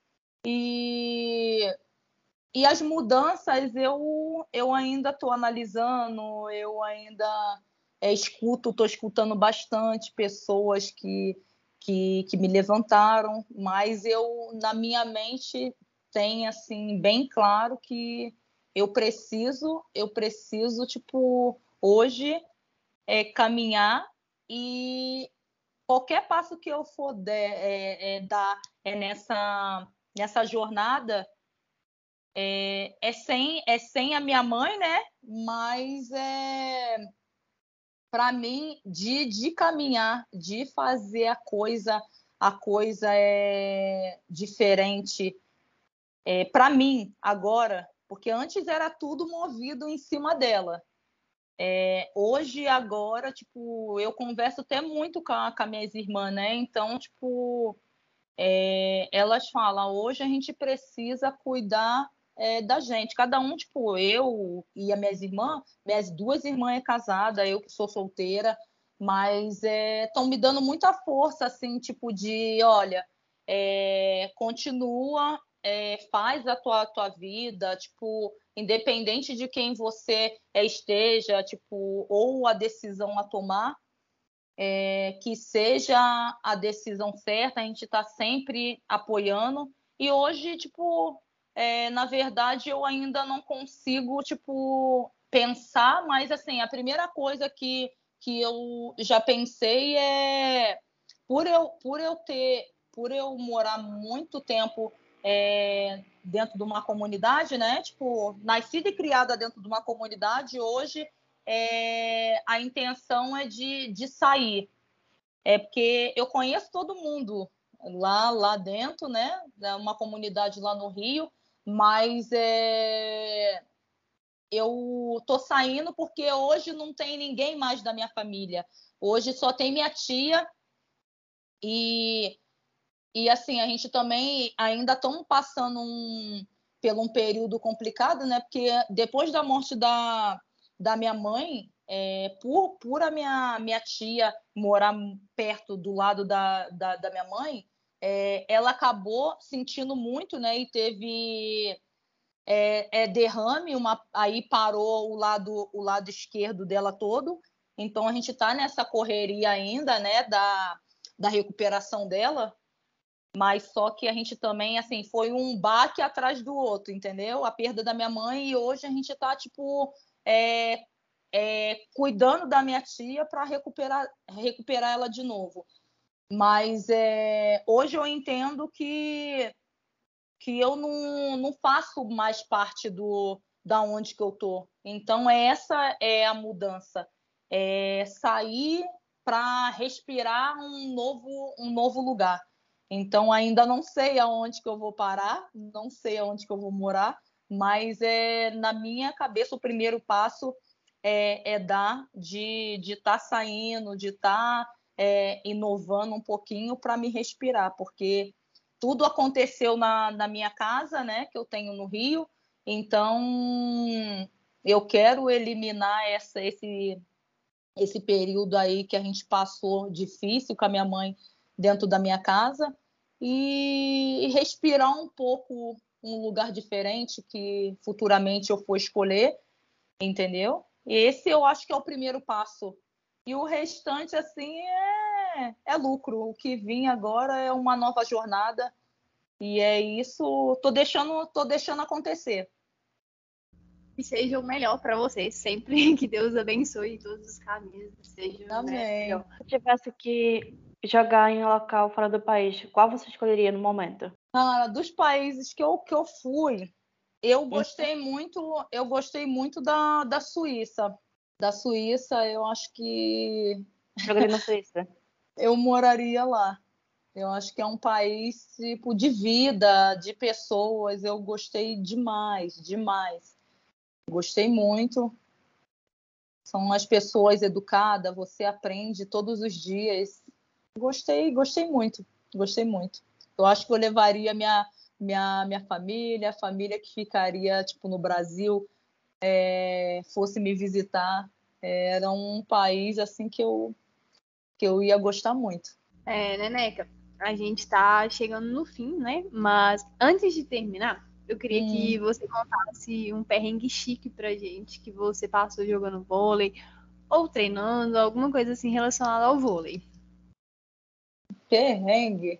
E e as mudanças eu, eu ainda estou analisando, eu ainda é, escuto, estou escutando bastante pessoas que, que, que me levantaram, mas eu, na minha mente, tem assim, bem claro que eu preciso, eu preciso, tipo, hoje é, caminhar e qualquer passo que eu for der, é, é, dar é nessa, nessa jornada é, é, sem, é sem a minha mãe, né? Mas é para mim de, de caminhar, de fazer a coisa, a coisa é diferente é, para mim agora, porque antes era tudo movido em cima dela. É, hoje, agora, tipo, eu converso até muito com, a, com as minhas irmãs, né? Então, tipo, é, elas falam, hoje a gente precisa cuidar é, da gente. Cada um, tipo, eu e as minhas irmãs, minhas duas irmãs é casada, eu que sou solteira, mas estão é, me dando muita força, assim, tipo, de, olha, é, continua, é, faz a tua, tua vida, tipo, independente de quem você esteja, tipo, ou a decisão a tomar, é, que seja a decisão certa, a gente está sempre apoiando. E hoje, tipo, é, na verdade, eu ainda não consigo, tipo, pensar, mas assim, a primeira coisa que, que eu já pensei é por eu, por eu ter por eu morar muito tempo é, dentro de uma comunidade, né? Tipo, nascida e criada dentro de uma comunidade, hoje é, a intenção é de, de sair. É porque eu conheço todo mundo lá, lá dentro, né? É uma comunidade lá no Rio, mas é, eu tô saindo porque hoje não tem ninguém mais da minha família. Hoje só tem minha tia e, e assim, a gente também ainda estamos passando um, por um período complicado, né? Porque depois da morte da, da minha mãe, é, por, por a minha, minha tia morar perto do lado da, da, da minha mãe, é, ela acabou sentindo muito, né? E teve é, é, derrame, uma, aí parou o lado, o lado esquerdo dela todo. Então a gente está nessa correria ainda, né? Da, da recuperação dela. Mas só que a gente também, assim, foi um baque atrás do outro, entendeu? A perda da minha mãe e hoje a gente está, tipo, é, é, cuidando da minha tia para recuperar, recuperar ela de novo. Mas é, hoje eu entendo que, que eu não, não faço mais parte do, da onde que eu tô. Então, essa é a mudança. É sair para respirar um novo, um novo lugar. Então, ainda não sei aonde que eu vou parar, não sei aonde que eu vou morar, mas é, na minha cabeça o primeiro passo é, é dar de estar tá saindo, de estar tá, é, inovando um pouquinho para me respirar, porque tudo aconteceu na, na minha casa, né, que eu tenho no Rio, então eu quero eliminar essa, esse, esse período aí que a gente passou difícil com a minha mãe dentro da minha casa e respirar um pouco um lugar diferente que futuramente eu for escolher, entendeu? Esse eu acho que é o primeiro passo. E o restante, assim, é, é lucro. O que vem agora é uma nova jornada e é isso, tô deixando, tô deixando acontecer. Que seja o melhor para você, sempre que Deus abençoe todos os caminhos, seja o melhor. Se eu tivesse que jogar em um local fora do país, qual você escolheria no momento? Ah, dos países que eu, que eu fui, eu gostei muito, eu gostei muito da, da Suíça. Da Suíça, eu acho que Jogaria na Suíça. eu moraria lá. Eu acho que é um país tipo de vida, de pessoas. Eu gostei demais, demais. Gostei muito. São as pessoas educadas, você aprende todos os dias. Gostei, gostei muito, gostei muito. Eu acho que eu levaria minha, minha, minha família, a família que ficaria tipo no Brasil, é, fosse me visitar. É, era um país assim que eu, que eu ia gostar muito. É, Neneca, a gente tá chegando no fim, né? Mas antes de terminar, eu queria hum. que você contasse um perrengue chique pra gente, que você passou jogando vôlei ou treinando, alguma coisa assim relacionada ao vôlei. Perrengue?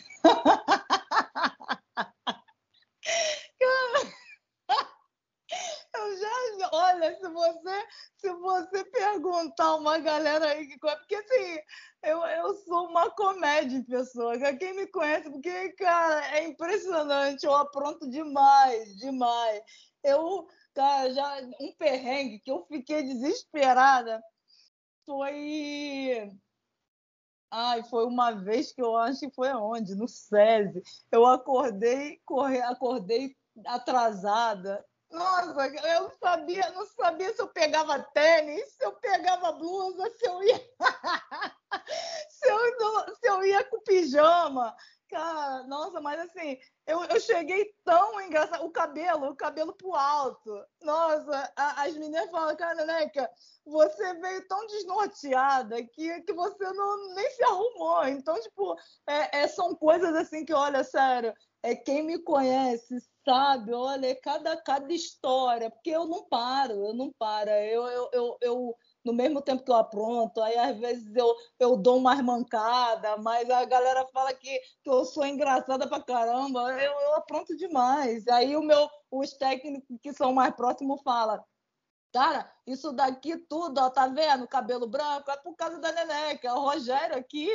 Eu já, olha, se você, se você perguntar uma galera aí que porque assim, eu, eu sou uma comédia, pessoa. Quem me conhece, porque, cara, é impressionante, eu apronto demais, demais. Eu, cara, já um perrengue que eu fiquei desesperada foi. Ai, foi uma vez que eu acho que foi onde? No SESI. Eu acordei, corre, acordei atrasada. Nossa, eu não sabia, não sabia se eu pegava tênis, se eu pegava blusa, se eu ia, se eu, se eu ia com pijama. Cara, nossa, mas assim, eu, eu cheguei tão engraçado. O cabelo, o cabelo pro alto. Nossa, a, as meninas falam, cara, Neneca, você veio tão desnorteada que, que você não, nem se arrumou. Então, tipo, é, é, são coisas assim que, olha, sério, é quem me conhece sabe, olha, é cada, cada história, porque eu não paro, eu não paro. Eu, eu, eu, eu no mesmo tempo que eu apronto, aí às vezes eu, eu dou umas mancadas, mas a galera fala que, que eu sou engraçada pra caramba, eu, eu apronto demais. Aí o meu, os técnicos que são mais próximos falam, cara, isso daqui tudo, ó, tá vendo? Cabelo branco, é por causa da Neneca. O Rogério aqui,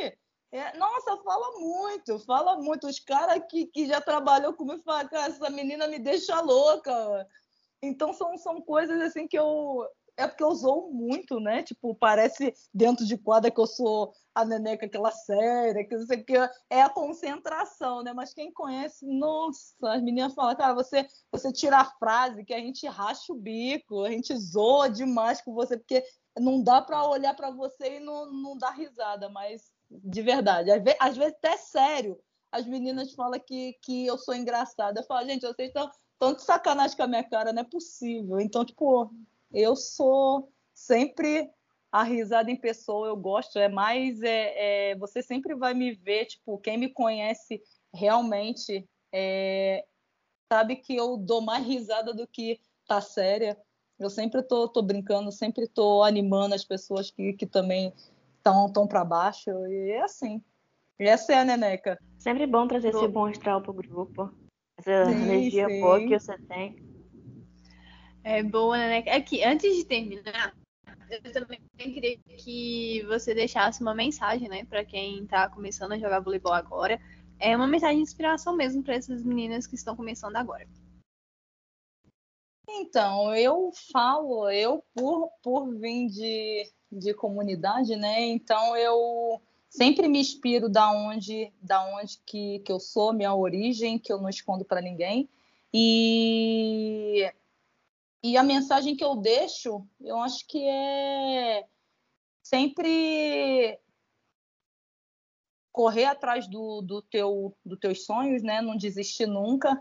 É, nossa, fala muito, fala muito. Os caras que, que já trabalhou comigo falam, cara, essa menina me deixa louca. Então são, são coisas assim que eu. É porque eu zoo muito, né? Tipo, parece dentro de quadra que eu sou a Neneca, aquela séria, que não sei o que. É a concentração, né? Mas quem conhece, nossa, as meninas falam, cara, você, você tira a frase que a gente racha o bico, a gente zoa demais com você, porque não dá para olhar para você e não, não dar risada, mas de verdade. Às vezes, às vezes até sério, as meninas falam que, que eu sou engraçada. Eu falo, gente, vocês estão tão de sacanagem com a minha cara, não é possível. Então, tipo, eu sou sempre a risada em pessoa, eu gosto, é mais, é, é, você sempre vai me ver, tipo, quem me conhece realmente é, sabe que eu dou mais risada do que tá séria. Eu sempre tô, tô brincando, sempre tô animando as pessoas que, que também estão tão para baixo, e é assim. E essa é a Neneca. Sempre bom trazer esse Vou- bom astral pro grupo. Essa Sim, energia boa sim. que você tem. É boa, né? Aqui, antes de terminar, eu também queria que você deixasse uma mensagem, né, para quem está começando a jogar voleibol agora. É uma mensagem de inspiração mesmo para essas meninas que estão começando agora. Então, eu falo, eu por, por vir de, de comunidade, né? Então eu sempre me inspiro da onde, da onde que, que eu sou, minha origem, que eu não escondo para ninguém. E, e a mensagem que eu deixo, eu acho que é sempre correr atrás do, do teu, dos teus sonhos, né? Não desistir nunca,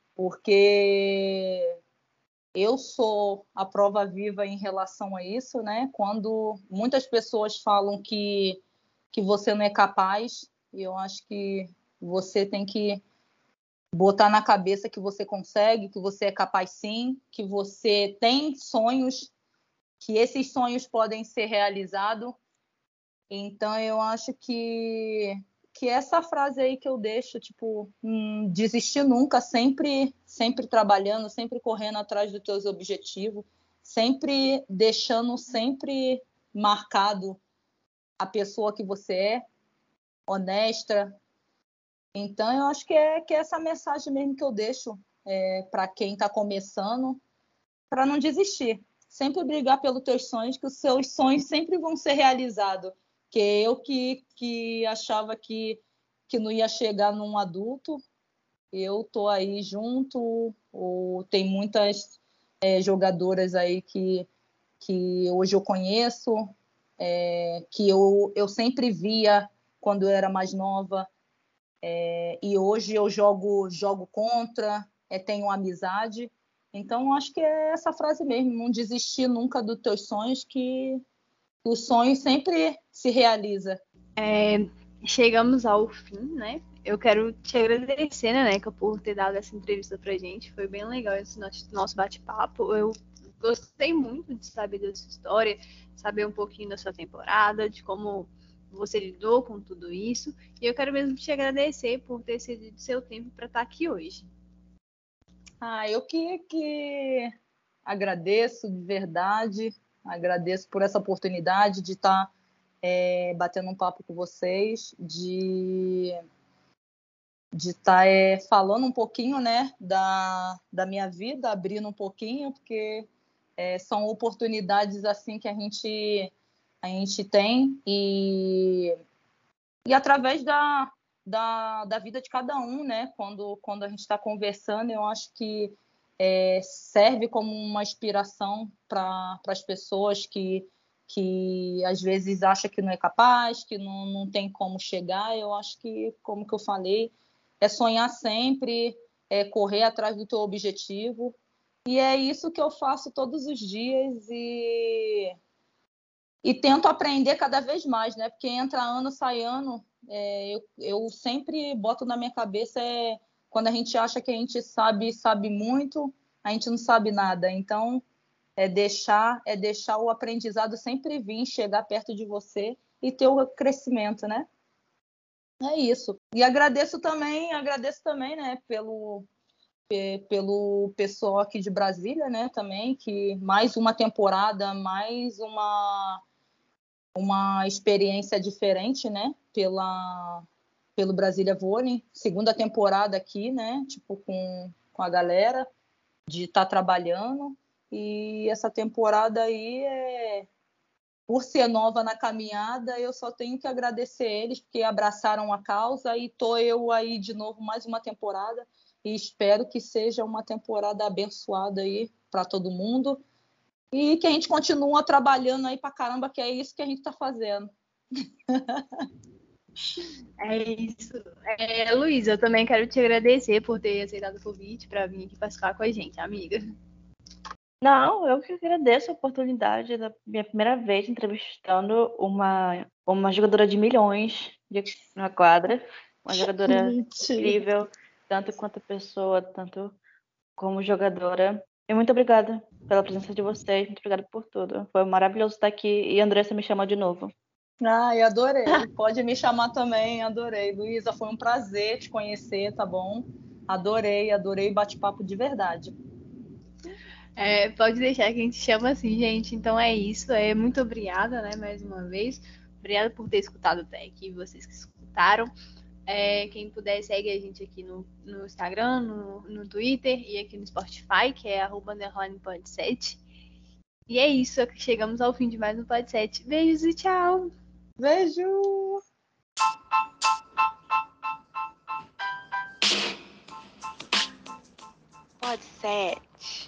porque eu sou a prova viva em relação a isso, né? Quando muitas pessoas falam que, que você não é capaz, eu acho que você tem que botar na cabeça que você consegue, que você é capaz sim, que você tem sonhos, que esses sonhos podem ser realizados. Então eu acho que que essa frase aí que eu deixo, tipo, hum, desistir nunca, sempre, sempre trabalhando, sempre correndo atrás dos teus objetivos, sempre deixando sempre marcado a pessoa que você é, honesta. Então eu acho que é, que é essa mensagem mesmo que eu deixo é, para quem está começando, para não desistir. Sempre brigar pelos teus sonhos, que os seus sonhos sempre vão ser realizados. Que eu que, que achava que, que não ia chegar num adulto, eu tô aí junto, ou tem muitas é, jogadoras aí que, que hoje eu conheço, é, que eu, eu sempre via quando eu era mais nova, é, e hoje eu jogo, jogo contra, é, tenho amizade. Então, acho que é essa frase mesmo, não desistir nunca dos teus sonhos, que o sonho sempre se realiza. É, chegamos ao fim, né? Eu quero te agradecer, né, Neca, por ter dado essa entrevista pra gente. Foi bem legal esse nosso bate-papo. Eu gostei muito de saber da sua história, saber um pouquinho da sua temporada, de como você lidou com tudo isso. E eu quero mesmo te agradecer por ter cedido seu tempo para estar aqui hoje. Ah, eu que, que agradeço de verdade, agradeço por essa oportunidade de estar é, batendo um papo com vocês, de de estar é, falando um pouquinho, né, da, da minha vida, abrindo um pouquinho, porque é, são oportunidades assim que a gente a gente tem e, e através da, da, da vida de cada um, né, quando, quando a gente está conversando, eu acho que é, serve como uma inspiração para as pessoas que, que às vezes acham que não é capaz, que não, não tem como chegar. Eu acho que, como que eu falei, é sonhar sempre, é correr atrás do teu objetivo. E é isso que eu faço todos os dias e, e tento aprender cada vez mais, né? Porque entra ano, sai ano. É, eu, eu sempre boto na minha cabeça é, quando a gente acha que a gente sabe, sabe muito, a gente não sabe nada. Então, é deixar, é deixar o aprendizado sempre vir, chegar perto de você e ter o crescimento, né? É isso. E agradeço também, agradeço também, né, pelo, pelo pessoal aqui de Brasília, né, também, que mais uma temporada, mais uma uma experiência diferente, né? Pela, pelo Brasília Vôlei. Segunda temporada aqui, né? Tipo, com, com a galera, de estar tá trabalhando. E essa temporada aí, é, por ser nova na caminhada, eu só tenho que agradecer eles, porque abraçaram a causa e tô eu aí de novo mais uma temporada. E espero que seja uma temporada abençoada aí para todo mundo. E que a gente continua trabalhando aí pra caramba, que é isso que a gente tá fazendo. É isso. É, Luísa, eu também quero te agradecer por ter aceitado o convite para vir aqui participar com a gente, amiga. Não, eu que agradeço a oportunidade da minha primeira vez entrevistando uma, uma jogadora de milhões de, na quadra. Uma jogadora Mentira. incrível, tanto quanto pessoa, tanto como jogadora. E muito obrigada pela presença de vocês, muito obrigada por tudo. Foi maravilhoso estar aqui e a Andressa me chamou de novo. Ai, adorei. Pode me chamar também, adorei. Luísa, foi um prazer te conhecer, tá bom? Adorei, adorei bate-papo de verdade. É, pode deixar que a gente chama assim, gente. Então é isso. É, muito obrigada, né, mais uma vez. Obrigada por ter escutado até aqui, vocês que escutaram. É, quem puder, segue a gente aqui no, no Instagram, no, no Twitter e aqui no Spotify, que é arroba underline pod sete. E é isso, chegamos ao fim de mais um pod sete. Beijos e tchau! Beijo! Pod sete.